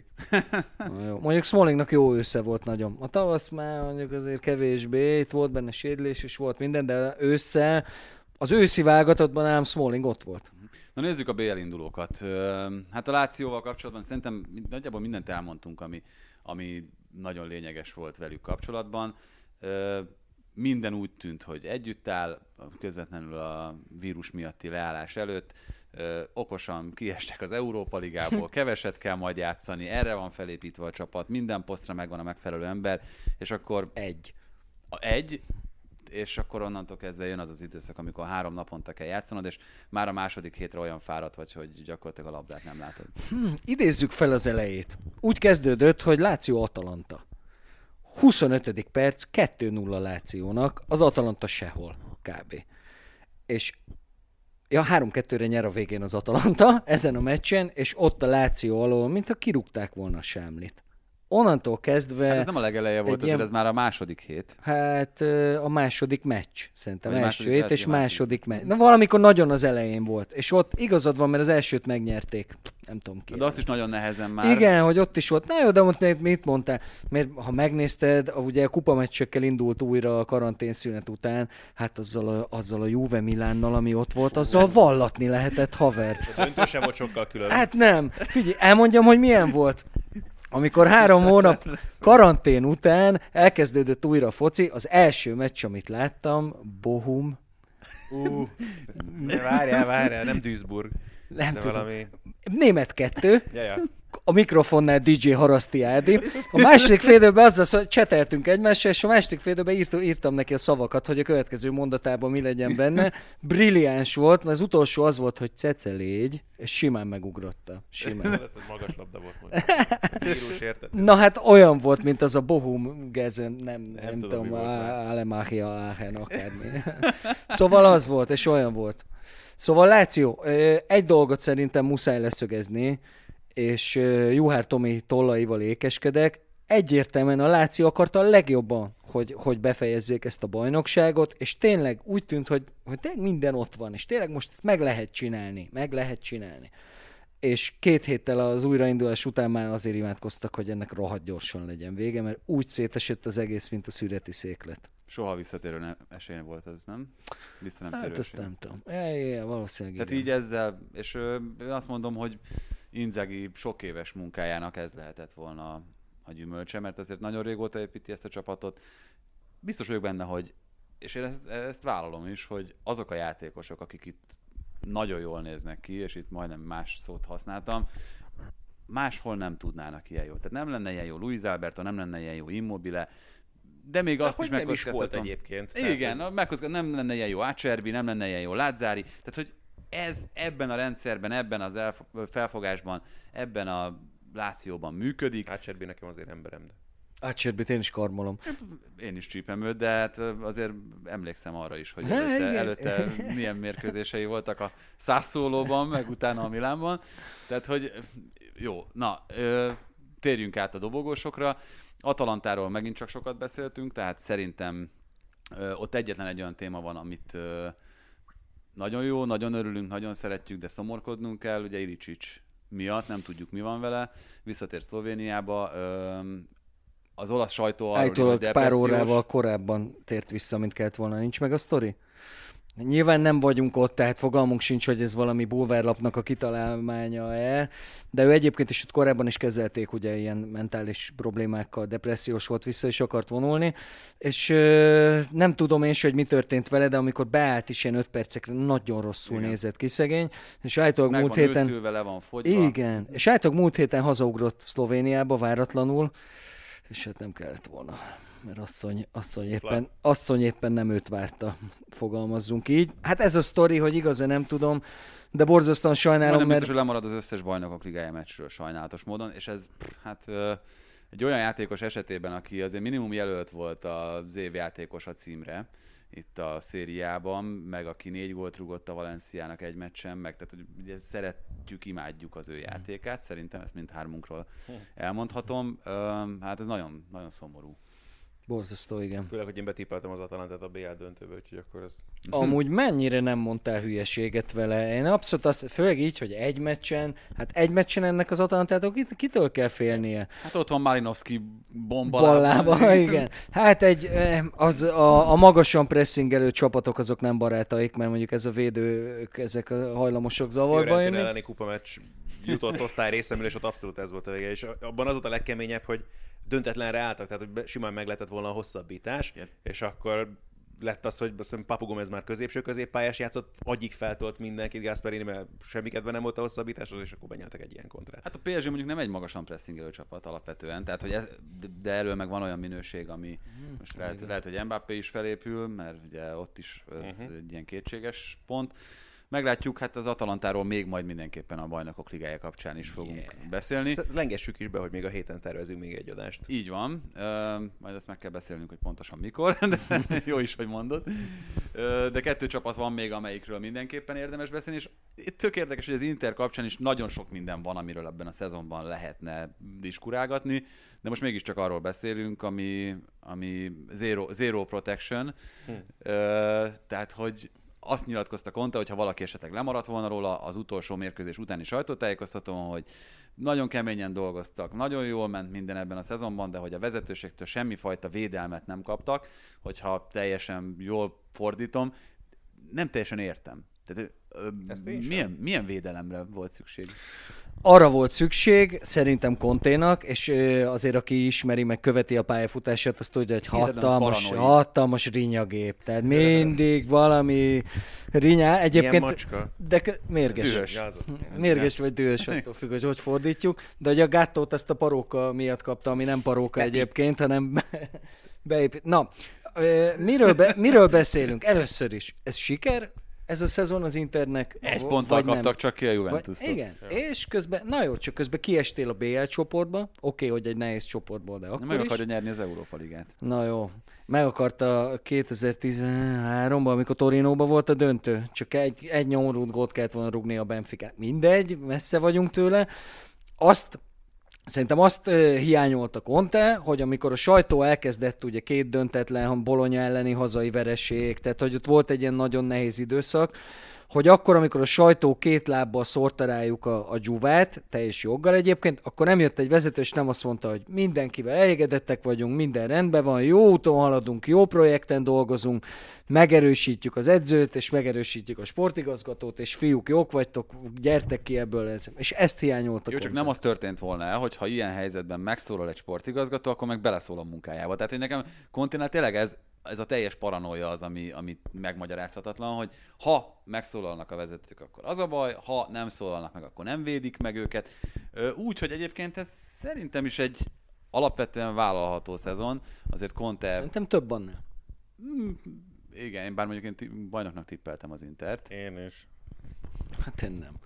Jó. Mondjuk Smallingnak jó ősze volt nagyon. A tavasz már mondjuk azért kevésbé, itt volt benne sérülés és volt minden, de ősszel, az őszi válogatottban ám Smalling ott volt. Na nézzük a bé el indulókat. Hát a Lációval kapcsolatban szerintem nagyjából mindent elmondtunk, ami, ami nagyon lényeges volt velük kapcsolatban. Minden úgy tűnt, hogy együtt áll, közvetlenül a vírus miatti leállás előtt. Ö, okosan kiestek az Európa Ligából, keveset kell majd játszani, erre van felépítve a csapat, minden posztra megvan a megfelelő ember, és akkor Egy. A egy, és akkor onnantól kezdve jön az az időszak, amikor három naponta kell játszanod, és már a második hétre olyan fáradt vagy, hogy gyakorlatilag a labdát nem látod. Hm, idézzük fel az elejét. Úgy kezdődött, hogy Láció Atalanta. huszonötödik perc, kettő nulla Lációnak, az Atalanta sehol, kb. És ja, három kettőre nyer a végén az Atalanta ezen a meccsen, és ott a Láció alól, mint ha kirúgták volna a sámlit. Onnantól kezdve... Hát ez nem a legeleje volt, azért ilyen... ez már a második hét. Hát a második meccs, szerintem Vagy első második, hét, és második. második meccs. Na valamikor nagyon az elején volt, és ott igazad van, mert az elsőt megnyerték. Nem tudom ki. De azt is nagyon nehezen már. Igen, hogy ott is volt. Na jó, de most mit mondtál? Mert ha megnézted, ugye a kupameccsekkel indult újra a karanténszünet után, hát azzal a, azzal a Juve Milánnal, ami ott volt, azzal vallatni lehetett, haver. A döntő sem volt sokkal külön. Hát nem. Figyelj, elmondjam, hogy milyen volt. Amikor három hónap karantén után elkezdődött újra a foci, az első meccs, amit láttam, Bochum. Uh, várjál, várjál, nem Duisburg. Nem de tudom. valami... Német kettő. Ja, ja. A mikrofonnál dé dzsé Haraszti Ádi. A második félidőben azzal szó, cseteltünk egymással, és a második félidőben írtam, írtam neki a szavakat, hogy a következő mondatában mi legyen benne. Brilliáns volt, mert az utolsó az volt, hogy cece légy, és simán megugrotta. Simán. Ez magas labda volt mondjuk. Vírus, érted? Na hát olyan volt, mint az a Bochum Gezen, nem, nem, nem tudom, tudom, mi volt már. Alemachia Aachen, akármi. Szóval az volt, és olyan volt. Szóval Láció, egy dolgot szerintem muszáj leszögezni, és Juhár Tomi tollaival ékeskedek, egyértelműen a Láció akarta a legjobban, hogy, hogy befejezzék ezt a bajnokságot, és tényleg úgy tűnt, hogy, hogy tényleg minden ott van, és tényleg most ezt meg lehet csinálni, meg lehet csinálni. És két héttel az újraindulás után már azért imádkoztak, hogy ennek rohadt gyorsan legyen vége, mert úgy szétesett az egész, mint a szüreti széklet. Soha visszatérő ne- esély volt ez, nem? Vissza nem térő Hát ezt esély. nem tudom. Ja, ja, valószínűleg Tehát igen. így ezzel, és ö, én azt mondom, hogy Inzaghi sok éves munkájának ez lehetett volna a gyümölcse, mert azért nagyon régóta építi ezt a csapatot. Biztos vagyok benne, hogy, és én ezt, ezt vállalom is, hogy azok a játékosok, akik itt nagyon jól néznek ki, és itt majdnem más szót használtam, máshol nem tudnának ilyen jó. Tehát nem lenne ilyen jó Luis Alberto, nem lenne ilyen jó Immobile, de még De azt is hogy nem is volt megkockáztatom. egyébként. Igen, Tehát, megkockáztatom, nem lenne ilyen jó Acerbi, nem lenne ilyen jó Lazzari, tehát hogy ez ebben a rendszerben, ebben az elf- felfogásban, ebben a Lációban működik. Ácserbi nekem azért emberem, de... Ácserbit én is karmolom. Én is csípem őt, de hát azért emlékszem arra is, hogy Há, előtte, igen. előtte milyen mérkőzései voltak a Sassuolóban, meg utána a Milánban. Tehát, hogy jó, na, ö, térjünk át a dobogósokra. Atalantáról megint csak sokat beszéltünk, tehát szerintem ö, ott egyetlen egy olyan téma van, amit ö, nagyon jó, nagyon örülünk, nagyon szeretjük, de szomorkodnunk kell. Ugye Ilicic miatt, nem tudjuk mi van vele, visszatért Szlovéniába. Ö, az olasz sajtó arról, Állítólag hogy pár depressziós. órával korábban tért vissza, mint kellett volna. Nincs meg a sztori? Nyilván nem vagyunk ott, tehát fogalmunk sincs, hogy ez valami bulvárlapnak a kitalálmánya-e, de ő egyébként is ott korábban is kezelték, ugye ilyen mentális problémákkal, depressziós volt, vissza is akart vonulni, és ö, nem tudom én se, hogy mi történt vele, de amikor beállt is ilyen öt percekre, nagyon rosszul Igen. nézett ki szegény, és állítólag Meg múlt van héten... őszülve, le van fogyva. Igen, és állítólag múlt héten hazaugrott Szlovéniába váratlanul, és hát nem kellett volna, mert asszony, asszony, éppen, asszony éppen nem őt várta, fogalmazzunk így. Hát ez a sztori, hogy igaz-e nem tudom, de borzasztóan sajnálom, Majdnem mert... biztos, hogy lemarad az összes bajnokok ligája meccsről sajnálatos módon, és ez pff, hát ö, egy olyan játékos esetében, aki azért minimum jelölt volt az évjátékos a címre, itt a szériában, meg aki négy gólt rúgott a Valenciának egy meccsen, meg tehát hogy ugye szeretjük, imádjuk az ő játékát, szerintem ezt mindhármunkról elmondhatom. Ö, hát ez nagyon, nagyon szomorú. Borzasztó, igen. Főleg, hogy én betippeltem az Atalantát a bé el döntőbe, úgyhogy akkor ez... Amúgy mennyire nem mondtál hülyeséget vele? Én abszolút azt, főleg így, hogy egy meccsen, hát egy meccsen ennek az Atalantátok kit, kitől kell félnie? Hát ott van Malinowski bombalában. Ballába, igen. Hát egy, eh, az a, a magasan pressingelő csapatok azok nem barátaik, mert mondjuk ez a védők, ezek a hajlamosok zavarba Fiorentina jönni. elleni kupameccs jutott osztály részemről, és ott abszolút ez volt a vége. És abban az volt a legkeményebb, hogy döntetlenre álltak, tehát hogy be- simán meg lehetett volna a hosszabbítás, Igen. és akkor lett az, hogy azt hiszem Papu Gomez már középső középpályás játszott, agyig feltolt mindenkit Gasperini, mert semmi kedve nem volt a hosszabbításhoz, és akkor benyeltek egy ilyen kontrát. Hát a pé es gé mondjuk nem egy magasan pressingelő csapat alapvetően, tehát hogy ez, de erről meg van olyan minőség, ami most lehet, lehet, hogy Mbappé is felépül, mert ugye ott is ez Uh-huh. egy ilyen kétséges pont. Meglátjuk, hát az Atalantáról még majd mindenképpen a Bajnokok Ligája kapcsán is fogunk yeah. beszélni. Sz- Lengessük is be, hogy még a héten tervezünk még egy adást. Így van, uh, majd ezt meg kell beszélnünk, hogy pontosan mikor, de jó is, hogy mondod. Uh, de kettő csapat van még, amelyikről mindenképpen érdemes beszélni, és itt tök érdekes, hogy az Inter kapcsán is nagyon sok minden van, amiről ebben a szezonban lehetne diskurálgatni, de most mégiscsak arról beszélünk, ami, ami zero, zero protection, hm. uh, tehát hogy azt nyilatkozta Conte, hogy ha valaki esetleg lemaradt volna róla az utolsó mérkőzés utáni sajtótájékoztatón, hogy nagyon keményen dolgoztak, nagyon jól ment minden ebben a szezonban, de hogy a vezetőségtől semmifajta védelmet nem kaptak, hogyha teljesen jól fordítom, nem teljesen értem. Tehát, ö, milyen, milyen védelemre volt szükség? Arra volt szükség, szerintem Conténak, és azért aki ismeri, meg követi a pályafutását, azt tudja, hogy hatalmas, hatalmas rinyagép. Tehát mindig valami rinyá. Egyébként, macska? De mérges. Dühös. Mérges vagy dühös, attól függ, hogy hogy fordítjuk. De hogy a Gattót ezt a paróka miatt kapta, ami nem paróka egyébként, hanem beépít. Na, miről, be, miről beszélünk? Először is. Ez siker? Ez a szezon az Internek? Egy ponttal kaptak csak ki a Juventus-tól. Igen, ja. És közben, na jó, csak közben kiestél a bé el csoportba. Oké, okay, hogy egy nehéz csoportból, de akkor meg is. akarja nyerni az Európa Ligát. Na jó, meg akarta kétezer-tizenháromban, amikor Torinóban volt a döntő. Csak egy, egy nyomorult gólt kellett volna rúgni a Benfica. Mindegy, messze vagyunk tőle. azt Szerintem azt uh, hiányolta Conte, hogy amikor a sajtó elkezdett ugye két döntetlen Bologna elleni hazai vereség, tehát hogy ott volt egy ilyen nagyon nehéz időszak, hogy akkor, amikor a sajtó két lábbal szórta rájuk a, a dzsuvát, teljes joggal egyébként, akkor nem jött egy vezető, és nem azt mondta, hogy mindenkivel elégedettek vagyunk, minden rendben van, jó úton haladunk, jó projekten dolgozunk, megerősítjük az edzőt, és megerősítjük a sportigazgatót, és fiúk, jók vagytok, gyertek ki ebből. Ez. És ezt hiányoltak. Jó, csak nem az történt volna el, hogy ha ilyen helyzetben megszólal egy sportigazgató, akkor meg beleszól a munkájába. Tehát, hogy nekem Conténál tényleg ez, ez a teljes paranoia az, ami, ami megmagyarázhatatlan, hogy ha megszólalnak a vezetők, akkor az a baj, ha nem szólalnak meg, akkor nem védik meg őket. Úgy, hogy egyébként ez szerintem is egy alapvetően vállalható szezon, azért Conte... Szerintem több annál. Hmm, igen, én bár mondjuk én bajnoknak tippeltem az Intert. Én is. Hát én nem.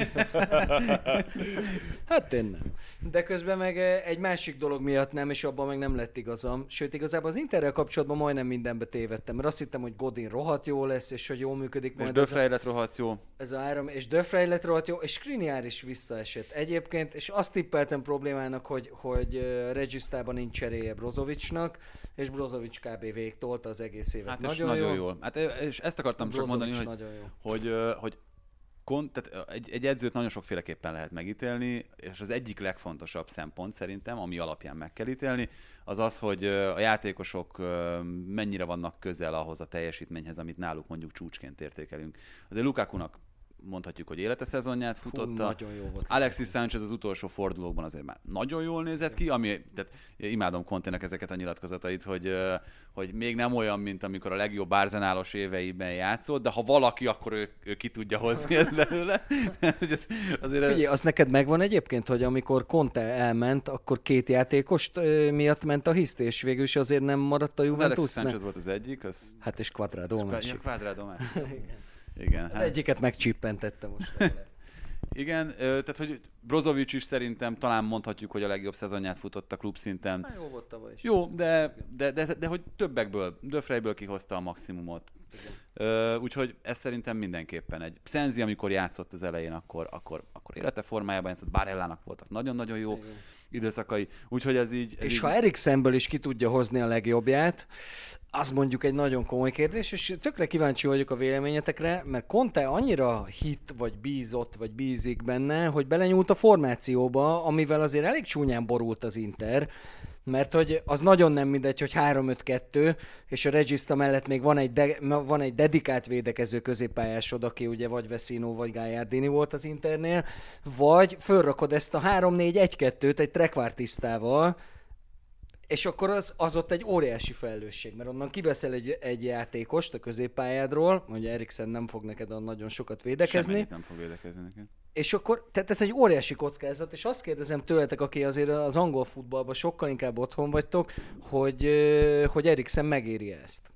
hát én nem. De közben meg egy másik dolog miatt nem, és abban meg nem lett igazam. Sőt, igazából az Interrel kapcsolatban majdnem mindenbe tévedtem, mert azt hittem, hogy Godin rohadt jó lesz, és hogy jól működik majd. És De Vrij lett rohadt jó. Ez a három, és De Vrij lett rohadt jó, és Skriniar is visszaesett egyébként, és azt tippeltem problémának, hogy, hogy Regisztában nincs cseréje Brozovicsnak, és Brozovics kb. Végtolta az egész évet. Hát nagyon, nagyon jó. jól. Hát, és ezt akartam Brozovics csak mondani, hogy, hogy, hogy Kon, tehát egy, egy edzőt nagyon sokféleképpen lehet megítélni, és az egyik legfontosabb szempont szerintem, ami alapján meg kell ítélni, az az, hogy a játékosok mennyire vannak közel ahhoz a teljesítményhez, amit náluk mondjuk csúcsként értékelünk. Azért Lukakunak mondhatjuk, hogy élete szezonját futotta. Hú, jó volt. Alexis Sánchez az utolsó fordulókban azért már nagyon jól nézett ki, ami, tehát imádom Contének ezeket a nyilatkozatait, hogy, hogy még nem olyan, mint amikor a legjobb Arsenalos éveiben játszott, de ha valaki, akkor ő, ő ki tudja hozni ezt belőle. ez, azért Figyelj, az neked megvan egyébként, hogy amikor Conte elment, akkor két játékost miatt ment a hiszt, és végül is azért nem maradt a Juventus? Az Alexis Sánchez volt az egyik. Az... Hát és Cuadrado a másik. Cuadrado a másik. Igen, az hát... egyiket megcsippentettem most. Igen, tehát hogy Brozovic is szerintem talán mondhatjuk, hogy a legjobb szezonját futott a klubszinten. Hát jó volt tavaly is. Jó, de, de, de, de, de hogy többekből, De Vrijből kihozta a maximumot. Uh, úgyhogy ez szerintem mindenképpen egy Sensi, amikor játszott az elején, akkor, akkor, akkor élete formájában játszott, Barellának voltak nagyon-nagyon jó igen. időszakai, úgyhogy ez így... Ez és így... ha Eriksenből is ki tudja hozni a legjobbját, az mondjuk egy nagyon komoly kérdés, és tökre kíváncsi vagyok a véleményetekre, mert Conte annyira hit, vagy bízott, vagy bízik benne, hogy belenyúlt a formációba, amivel azért elég csúnyán borult az Inter, mert hogy az nagyon nem mindegy, hogy három öt kettő, és a Regista mellett még van egy, de, van egy dedikált védekező középpályásod, aki ugye vagy Vecino, vagy Gagliardini volt az Internél, vagy fölrakod ezt a három négy egy kettőt egy trekvártisztával, és akkor az, az ott egy óriási felelősség, mert onnan kiveszel egy, egy játékost a középpályádról, mondja Eriksen nem fog neked nagyon sokat védekezni. Semmit nem fog védekezni neked. És akkor, tehát ez egy óriási kockázat, és azt kérdezem tőletek, aki azért az angol futballban sokkal inkább otthon vagytok, hogy, hogy Eriksen megéri ezt.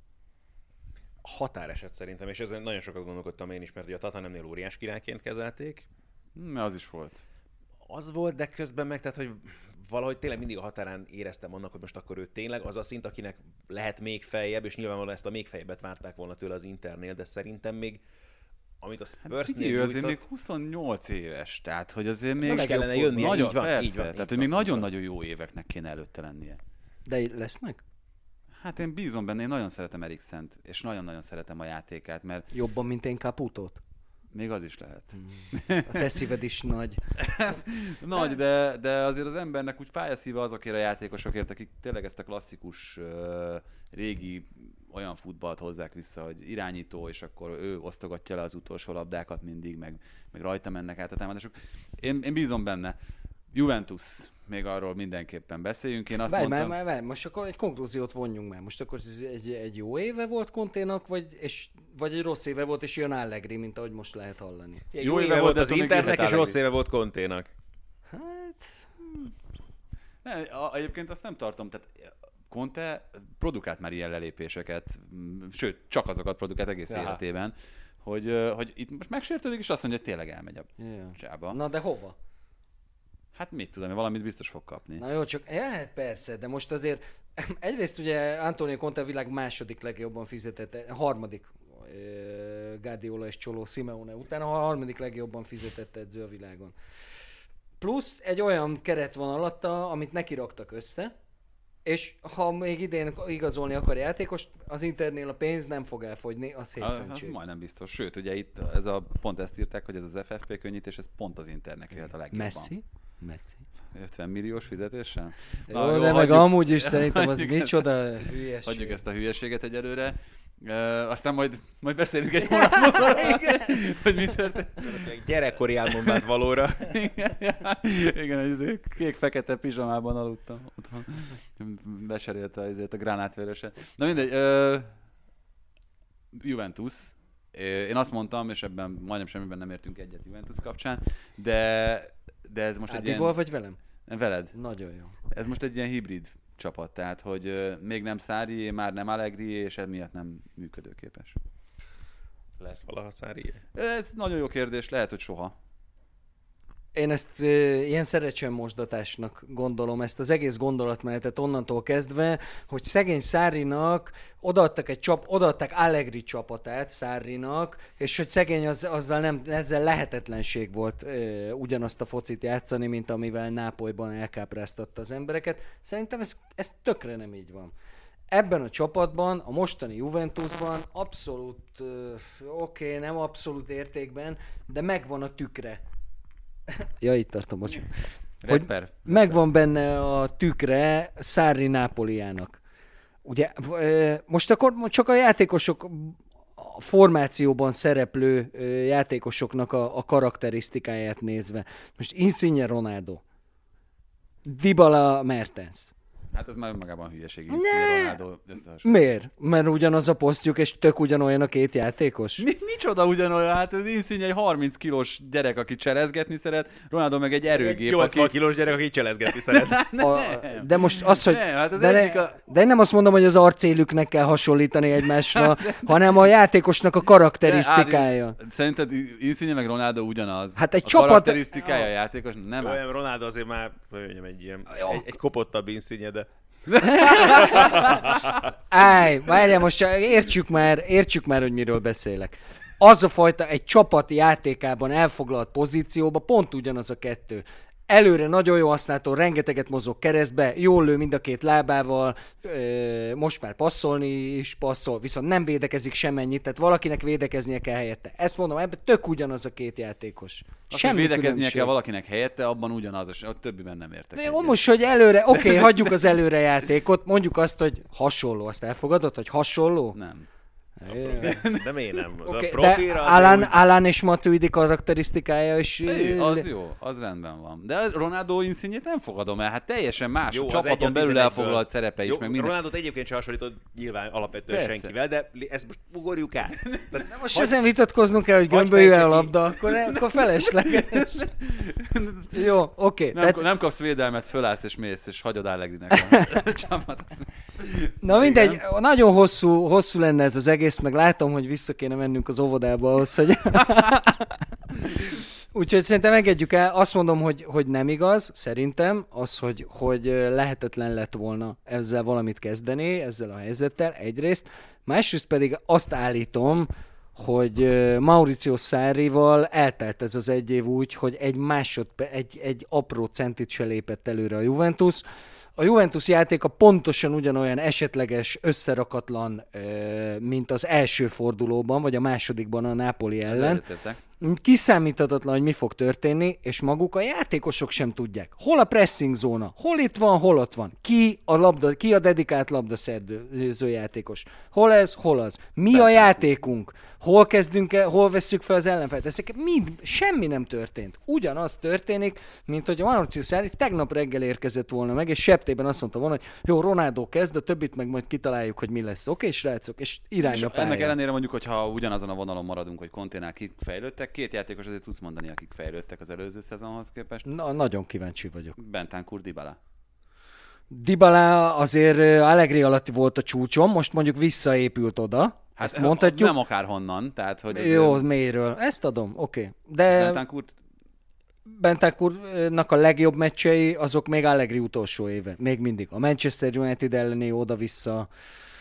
Határeset szerintem, és ezen nagyon sokat gondolkodtam én is, mert ugye a Tottenhamnél óriás királyként kezelték. Hmm, az is volt. Az volt, de közben meg, tehát, hogy valahogy tényleg mindig a határán éreztem annak, hogy most akkor ő tényleg az a szint, akinek lehet még feljebb, és nyilvánvalóan ezt a még feljebbet várták volna tőle az Internél, de szerintem még amit a Spursnél hát figyelj, nyújtott... azért még huszonnyolc éves, tehát hogy azért még... Meg kellene jönni, nagyon, így van, persze, így van, tehát így hogy van, még nagyon-nagyon van. jó éveknek kéne előtte lennie. De lesznek? Hát én bízom benne, én nagyon szeretem Eriksent, és nagyon-nagyon szeretem a játékát, mert... Jobban, mint én Caputot? Még az is lehet. A te szíved is nagy. Nagy, de, de azért az embernek úgy fáj a szíve azokért a játékosokért, akik tényleg ezt a klasszikus, uh, régi olyan futballt hozzák vissza, hogy irányító, és akkor ő osztogatja le az utolsó labdákat mindig, meg, meg rajta mennek át a támadások. Én, én bízom benne. Juventus, még arról mindenképpen beszéljünk. Én azt várj, mondtam... várj, várj, most akkor egy konklúziót vonjunk már. Most akkor ez egy, egy jó éve volt Conténak, vagy, és, vagy egy rossz éve volt, és jön Allegri, mint ahogy most lehet hallani. Jó, jó éve, éve volt az Internek, és rossz éve volt Conténak. Hát... Ne, a, egyébként azt nem tartom, tehát Conte produkált már ilyen lelépéseket, sőt, csak azokat produkált egész Aha. életében, hogy, hogy itt most megsértődik, és azt mondja, hogy tényleg elmegy a yeah. csába. Na de hova? Hát mit tudom, valamit biztos fog kapni. Na jó, csak hát persze, de most azért egyrészt ugye Antonio Conte a világ második legjobban fizetett, harmadik Guardiola és Cholo Simeone után a harmadik legjobban fizetett edző a világon. plusz egy olyan keret van alatta, amit neki raktak össze, és ha még idén igazolni akar játékost, az Internél a pénz nem fog elfogyni, az hétszentség. Az majdnem biztos. Sőt, ugye itt ez a, pont ezt írták, hogy ez az ef ef pé könnyítés, ez pont az Internek jöhet a legjobban. Messi? Messi. ötven milliós fizetéssel? Jó, Na, jó, de meg amúgy is szerintem az micsoda hülyeség. Hagyjuk ezt a hülyeséget egyelőre. Uh, aztán majd, majd beszélünk egy hónapban, hogy mi történt. Gyerekkori álmom vált valóra. Igen, igen, hogy kék-fekete pizsamában aludtam otthon. Beserélte azért a gránátvöröset. Na mindegy, uh, Juventus. Én azt mondtam, és ebben majdnem semmiben nem értünk egyet Juventus kapcsán, de, de ez most Ádival egy ilyen... vagy velem? Veled. Nagyon jó. Ez most egy ilyen hibrid csapat, tehát hogy uh, még nem Sarri, már nem Allegri, és emiatt nem működőképes. Lesz valaha Sarri? Ez nagyon jó kérdés, lehet, hogy soha. Én ezt e, ilyen szerecsenmosdatásnak gondolom, ezt az egész gondolatmenetet onnantól kezdve, hogy szegény Sarrinak odaadtak egy csap, odaadták Allegri csapatát Sarrinak, és hogy szegény az, azzal nem, ezzel lehetetlenség volt e, ugyanazt a focit játszani, mint amivel Nápolyban elkápráztatta az embereket. Szerintem ez, ez tökre nem így van. Ebben a csapatban, a mostani Juventusban abszolút, uh, oké, okay, nem abszolút értékben, de megvan a tükre. Ja, itt tartom, bocsánat. Hogy megvan benne a tükre Sarri Nápoliának. Ugye, most akkor csak a játékosok, a formációban szereplő játékosoknak a, a karakterisztikáját nézve. Most Insigne Ronaldo, Dybala Mertens. Hát ez már önmagában hülyeség, Insigne Ronaldo összehasonlítva. Miért? Mert ugyanaz a posztjuk, és tök ugyanolyan a két játékos? Mi, micsoda ugyanolyan? Hát az Insigne egy harminc kilós gyerek, aki cselezgetni szeret, Ronaldo meg egy erőgép, nyolcvan aki... kilós gyerek, aki cselezgetni szeret. A, de most az, hogy... Nem, hát az de, egyik a... de én nem azt mondom, hogy az arcélüknek kell hasonlítani egymásra, hanem a játékosnak a karakterisztikája. De, szerinted Insigne meg Ronaldo ugyanaz? Hát egy a csapat... karakterisztikája a játékos? Nem. Olyan Ronaldo azért már, mondjam, egy ilyen, egy, egy kopottabb Insigne, de... Állj, várjál, most értsük már, értsük már, hogy miről beszélek. Az a fajta egy csapat játékában elfoglalt pozícióban pont ugyanaz a kettő. Előre nagyon jó használható, rengeteget mozog keresztbe, jól lő mind a két lábával, most már passzolni is passzol, viszont nem védekezik semennyit, tehát valakinek védekeznie kell helyette. Ezt mondom, ebben tök ugyanaz a két játékos. Azt, hogy védekeznie különbség. Kell valakinek helyette, abban ugyanaz, a többiben nem értek. Jó, most, hogy előre, oké, okay, hagyjuk az előre játékot, mondjuk azt, hogy hasonló, azt elfogadod, hogy hasonló? Nem. De, de miért nem? Okay, de Alan, úgy... Alan és Matuidi karakterisztikája is... É, az jó, az rendben van. De Ronaldo Insigne-t nem fogadom el, hát teljesen más. Jó, csapaton belül elfoglalt szerepe is. Jó, meg minden. Ronaldot egyébként sem hasonlítod nyilván alapvetően Persze. senkivel, de ezt most ugorjuk át. De most hagy... ezen vitatkoznunk kell, hogy gömböljük el a labda, akkor, akkor felesleges. Jó, oké. Okay, nem, tehát... nem kapsz védelmet, fölállsz és mész, és hagyod Allegrinek a csapatot. Na mindegy, igen. Nagyon hosszú, hosszú lenne ez az egész, meg látom, hogy vissza kéne mennünk az óvodába ahhoz, hogy... Úgyhogy szerintem engedjük el. Azt mondom, hogy, hogy nem igaz, szerintem, az, hogy, hogy lehetetlen lett volna ezzel valamit kezdeni, ezzel a helyzettel, egyrészt. Másrészt pedig azt állítom, hogy Maurizio Sarrival eltelt ez az egy év úgy, hogy egy másodpe, egy, egy apró centit se lépett előre a Juventus. A Juventus játéka pontosan ugyanolyan esetleges, összerakatlan, mint az első fordulóban, vagy a másodikban a Napoli ellen. Kiszámíthatatlan, hogy mi fog történni, és maguk a játékosok sem tudják. Hol a pressing zóna, hol itt van, hol ott van. Ki a, labda, ki a dedikált labdaszerző játékos. Hol ez, hol az. Mi a játékunk. Hol kezdünk el, hol vesszük fel az ellenfelet. Ezek mind, semmi nem történt. Ugyanaz történik, mint hogy a Maurizio Sarri tegnap reggel érkezett volna meg, és septében azt mondta volna, hogy jó, Ronaldo kezd, a többit meg majd kitaláljuk, hogy mi lesz. Oké, srácok, és irányba pálya. Ennek ellenére mondjuk, hogyha ugyanazon a vonalon maradunk, hogy Conténál kik fejlődtek, két játékos azért tudsz mondani, akik fejlődtek az előző szezonhoz képest. Na, nagyon kíváncsi vagyok. Bentancur, Dybala. Dybala azért Allegri alatt volt a csúcson, most mondjuk visszaépült oda. Hát ezt mondhatjuk. Nem akárhonnan, tehát hogy... Jó, azért... mélyről. Ezt adom, oké. Okay. De... Bentancur... Bentancurnak a legjobb meccsei, azok még Allegri utolsó éve. Még mindig. A Manchester United elleni oda-vissza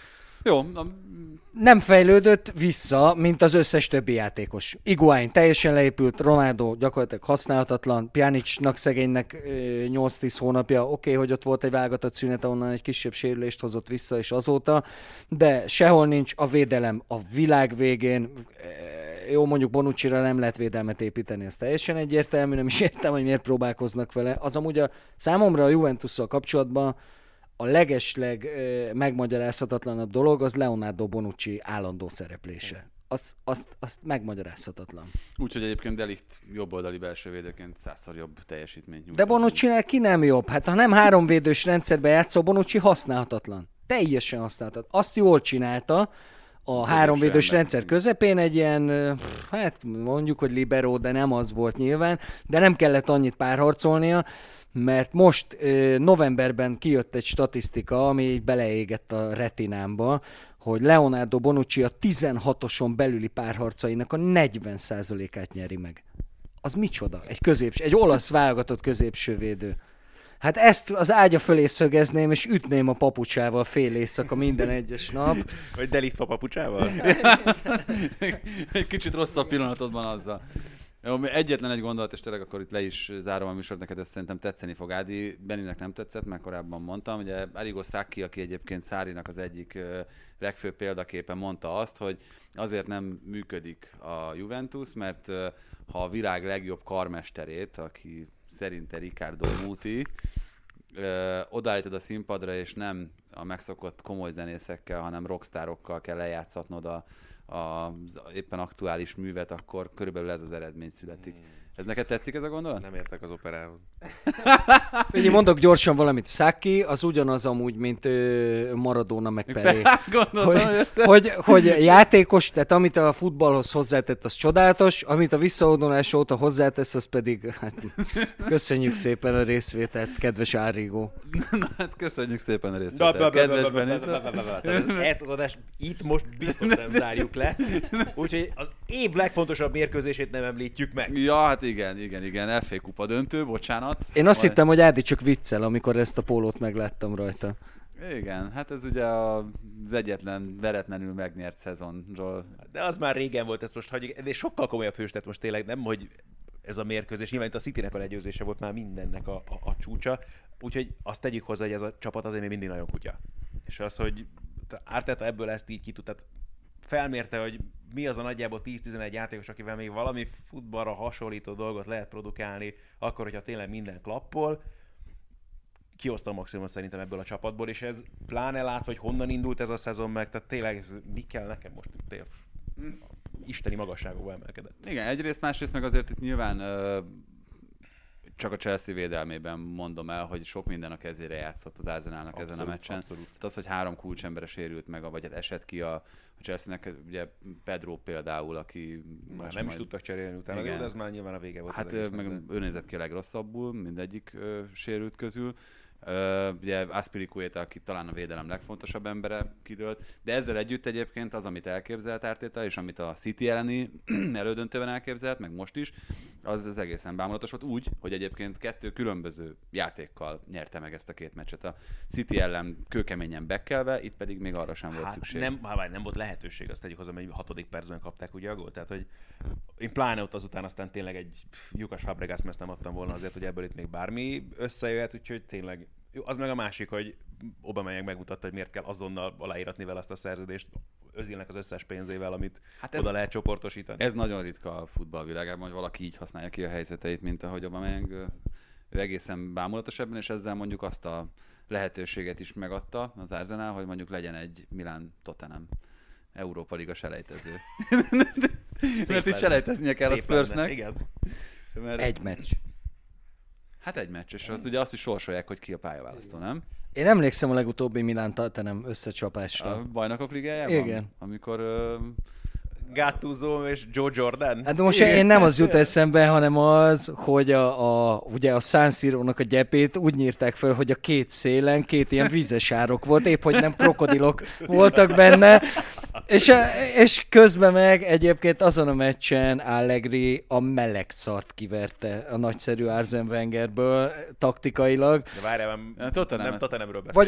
Jó. A... Nem fejlődött vissza, mint az összes többi játékos. Higuaín teljesen leépült, Ronaldo gyakorlatilag használhatatlan, Pjanićnak szegénynek nyolc-tíz hónapja, oké, okay, hogy ott volt egy válogatott szünet, onnan egy kisebb sérülést hozott vissza, és azóta, de sehol nincs a védelem a világ végén. Jó, mondjuk Bonucci-ra nem lehet védelmet építeni, ez teljesen egyértelmű, nem is értem, hogy miért próbálkoznak vele. Az amúgy a számomra a Juventusszal kapcsolatban a legesleg eh, megmagyarázhatatlanabb dolog az Leonardo Bonucci állandó szereplése. Azt, azt, azt megmagyarázhatatlan. Úgyhogy egyébként De Ligt jobboldali belsővédőként százszor jobb teljesítményt nyújt. De Bonuccinál ki nem jobb? Hát ha nem háromvédős rendszerben játszó, Bonucci használhatatlan. Teljesen használhatatlan. Azt jól csinálta, a háromvédős rendszer közepén egy ilyen, hát mondjuk, hogy libero, de nem az volt nyilván, de nem kellett annyit párharcolnia, mert most novemberben kijött egy statisztika, ami így beleégett a retinámba, hogy Leonardo Bonucci a tizenhatoson belüli párharcainak a negyven százalékát nyeri meg. Az micsoda? Egy középső, egy olasz válogatott középsővédő. Hát ezt az ágya fölé szögezném, és ütném a papucsával fél éjszaka minden egyes nap. Vagy De Ligt papucsával? Egy kicsit rosszabb pillanatodban azzal. Jó, egyetlen egy gondolat, és tényleg akkor itt le is zárom a műsort, neked ezt szerintem tetszeni fog. Ádi, Benninek nem tetszett, mert korábban mondtam. Ugye Arrigo Sacchi, aki egyébként Sarrinak az egyik legfőbb példaképe, mondta azt, hogy azért nem működik a Juventus, mert ha a világ legjobb karmesterét, aki szerinte Riccardo Muti, odaállítod a színpadra, és nem a megszokott komoly zenészekkel, hanem rockstárokkal kell lejátszatnod a az éppen aktuális művet, akkor körülbelül ez az eredmény születik. Ez neked tetszik ez a gondolat? Nem értek az operához. Én mondok gyorsan valamit. Sacchi az ugyanaz amúgy, mint ö, Maradona meg Pelé. hogy, hogy, hogy játékos, tehát amit a futballhoz hozzátett, az csodálatos, amit a visszaodulás óta hozzátesz, az pedig, hát köszönjük szépen a részvételt, kedves Arrigo. Na hát köszönjük szépen a részvételt, kedves Benito. Ezt az adást itt most biztos nem zárjuk le, úgyhogy az év legfontosabb mérkőzését nem említjük meg. Ja, hát igen, igen, igen, ef á kupa döntő, bocsánat. Én azt Majd... hittem, hogy Ádi csak viccel, amikor ezt a pólót megláttam rajta. Igen, hát ez ugye az egyetlen veretlenül megnyert szezonról. De az már régen volt, ezt most hagyjuk, de sokkal komolyabb hős, tehát most tényleg nem, hogy ez a mérkőzés, nyilván itt a Citynek a legyőzése volt már mindennek a, a, a csúcsa, úgyhogy azt tegyük hozzá, hogy ez a csapat azért még mindig nagyon kutya. És az, hogy Arteta ebből ezt így ki tud, tehát felmérte, hogy mi az a nagyjából tíz-tizenegy játékos, akivel még valami futballra hasonlító dolgot lehet produkálni, akkor, hogyha tényleg minden klappol, kihozta a maximumot szerintem ebből a csapatból, és ez pláne látva, hogy honnan indult ez a szezon meg, tehát tényleg ez, mi kell nekem most tényleg isteni magasságokba emelkedett. Igen, egyrészt, másrészt meg azért itt nyilván uh, csak a Chelsea védelmében mondom el, hogy sok minden a kezére játszott az Arsenalnak abszolút, ezen a meccsen. Abszolút. Tehát az, hogy három kulcsembere sérült meg, vagy hát esett ki a, a Chelsea-nek, ugye Pedro például, aki... Már nem majd... is tudtak cserélni utána, igen. De ez már nyilván a vége volt. Hát meg ő nézett ki a legrosszabbul, mindegyik ö, sérült közül. Uh, ugye Azpilicueta, aki talán a védelem legfontosabb embere, kidőlt, de ezzel együtt egyébként az, amit elképzelt Arteta, és amit a City elleni elődöntőben elképzelt, meg most is, az, az egészen bámulatos volt úgy, hogy egyébként kettő különböző játékkal nyerte meg ezt a két meccset. A City ellen kőkeményen bekkelve, itt pedig még arra sem volt hát szükség. Nem, hát nem volt lehetőség, azt tegyük hozzá, hogy a hatodik percben kapták ugye a gólt, tehát hogy én pláne ott azután aztán tényleg egy lyukas Fabregas meszt nem adtam volna azért, hogy ebből itt még bármi összejöhet, úgyhogy tényleg az meg a másik, hogy Aubameyang megmutatta, hogy miért kell azonnal aláíratni vele azt a szerződést Özilnek az összes pénzével, amit hát oda lehet csoportosítani. Ez nagyon ritka a futballvilágában, hogy valaki így használja ki a helyzeteit, mint ahogy Aubameyang. Ő egészen bámulatos ebben, és ezzel mondjuk azt a lehetőséget is megadta az Arsenal, hogy mondjuk legyen egy Milan-Tottenham Európa Liga selejtező. Mert is selejteznie kell a Spursnek. Igen. Mert... Egy meccs. Hát egy meccs, és az ugye azt is sorsolják, hogy ki a pályaválasztó, nem? Én emlékszem a legutóbbi Milán-Tottenham összecsapásra. A bajnokok ligájában? Igen. Amikor... Uh... Gattuso és Joe Jordan. Hát most én nem az jut eszembe, hanem az, hogy a, a, ugye a San Siro-nak a gyepét úgy nyírták fel, hogy a két szélen két ilyen vizes árok volt, épp hogy nem krokodilok voltak benne, és, és közben meg egyébként azon a meccsen Allegri a meleg szart kiverte a nagyszerű Arsene Wengerből taktikailag. De várjál, nem, nem Tottenhamről beszél. Vagy a,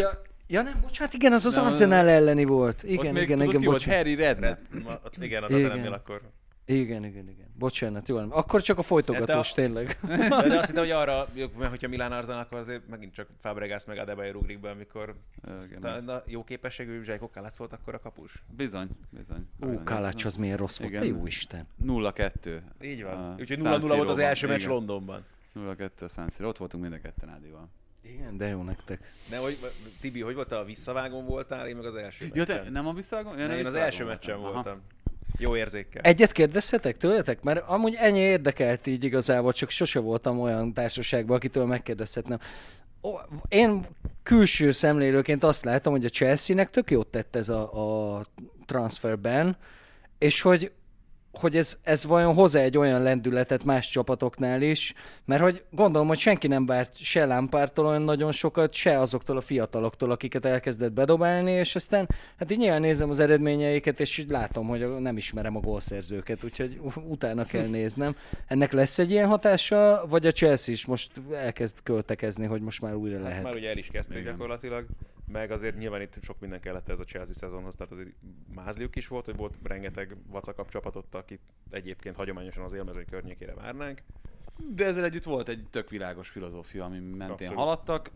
Ja nem, bocsánat, igen, az az Nem, Arsenal elleni volt. Ott Igen, még igen, tudod igen, ki volt? bocsánat. Harry Redknapp. Red, ott igen, a Igen. Tottenhamnél akkor... Igen, igen, igen. Bocsánat, jól. Akkor csak a folytogatós, De a- tényleg. De, de azt hittem, hogy arra, mert hogyha Milán Arsenal, akkor azért megint csak Fabregas meg Adebayor ugrik be, amikor Igen, a, ez- a jó képességű Zsajko Kálac volt akkor a kapus. Bizony, bizony. Ú, bizony. Kálács az milyen rossz volt, Igen. te jó Isten. nulla kettő. Így van. A Úgyhogy San nulla nulla volt az Siróban. első meccs Igen. Londonban. nulla kettő a San Siro. Ott voltunk mind a ketten Ádival. Igen, de jó nektek. De hogy, Tibi, hogy volt, a visszavágón voltál? Én meg az első Ja, meccsen. te nem a visszavágón? Ja, Nem, nem én az visszavágón első meccsen Aha. voltam. Jó érzékkel. Egyet kérdezhetek tőletek? Mert amúgy ennyi érdekelt így igazából, csak sose voltam olyan társaságban, akitől megkérdezhetnem. Ó, Én külső szemlélőként azt látom, hogy a Chelsea-nek tök jót tett ez a, a transferben, és hogy hogy ez, ez vajon hoz egy olyan lendületet más csapatoknál is, mert hogy gondolom, hogy senki nem várt se Lampardtól olyan nagyon sokat, se azoktól a fiataloktól, akiket elkezdett bedobálni, és aztán hát így nyilván nézem az eredményeiket, és így látom, hogy nem ismerem a gólszerzőket, úgyhogy utána kell néznem. Ennek lesz egy ilyen hatása, vagy a Chelsea is most elkezd költekezni, hogy most már újra lehet? Hát már ugye el is kezdték Igen. gyakorlatilag, meg azért nyilván itt sok minden kellett ez a Chelsea szezonhoz, tehát azért mázliuk is volt, hogy volt rengeteg vacakabb csapatot, akit egyébként hagyományosan az élmezőny környékére várnánk. De ezzel együtt volt egy tök világos filozófia, ami mentén Abszolút. haladtak.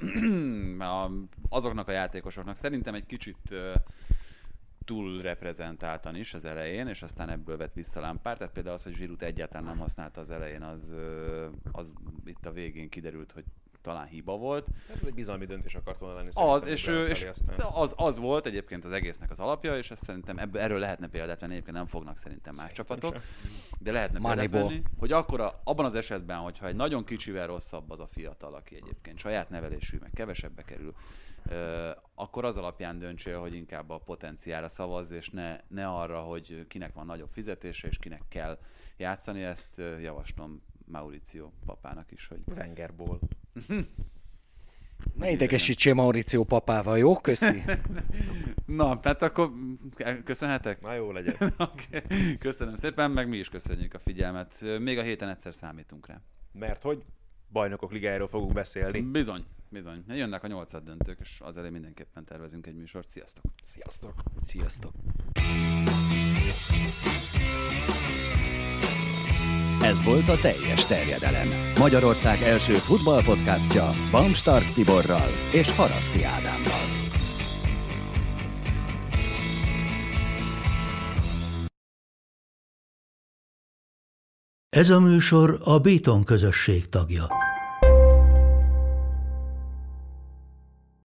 A- Azoknak a játékosoknak szerintem egy kicsit ö, túl reprezentáltan is az elején, és aztán ebből vett vissza Lampard. Tehát például az, hogy Giroud egyáltalán nem használta az elején, az, ö, az itt a végén kiderült, hogy talán hiba volt. Hát ez egy bizalmi döntés akart volna lenni. Az, szerintem és, Ibrahim ő- és felé aztán. az, az volt egyébként az egésznek az alapja, és ezt szerintem ebből, erről lehetne példát venni, egyébként nem fognak szerintem más Szerintem csapatok, sem. de lehetne példát Moneyball. venni, hogy akkor a, abban az esetben, hogyha egy nagyon kicsivel rosszabb az a fiatal, aki egyébként saját nevelésű, meg kevesebbe kerül, ö, akkor az alapján döntsél, hogy inkább a potenciára szavazz, és ne, ne arra, hogy kinek van nagyobb fizetése, és kinek kell játszani, ezt ö, javaslom Mauricio papának is, hogy Wengerból. Ne idegesítsél Mauricio papával, jó? Köszi. Na, hát akkor köszönhetek? Na jó legyen. Okay. Köszönöm szépen, meg mi is köszönjük a figyelmet. Még a héten egyszer számítunk rá. Mert hogy bajnokok ligájáról fogunk beszélni. Bizony, bizony. Jönnek a nyolcad döntők, és az elé mindenképpen tervezünk egy műsort. Sziasztok! Sziasztok! Sziasztok. Ez volt a Teljes Terjedelem. Magyarország első futballpodcastja Bamstark Tiborral és Haraszti Ádámmal. Ez a műsor a Béton közösség tagja.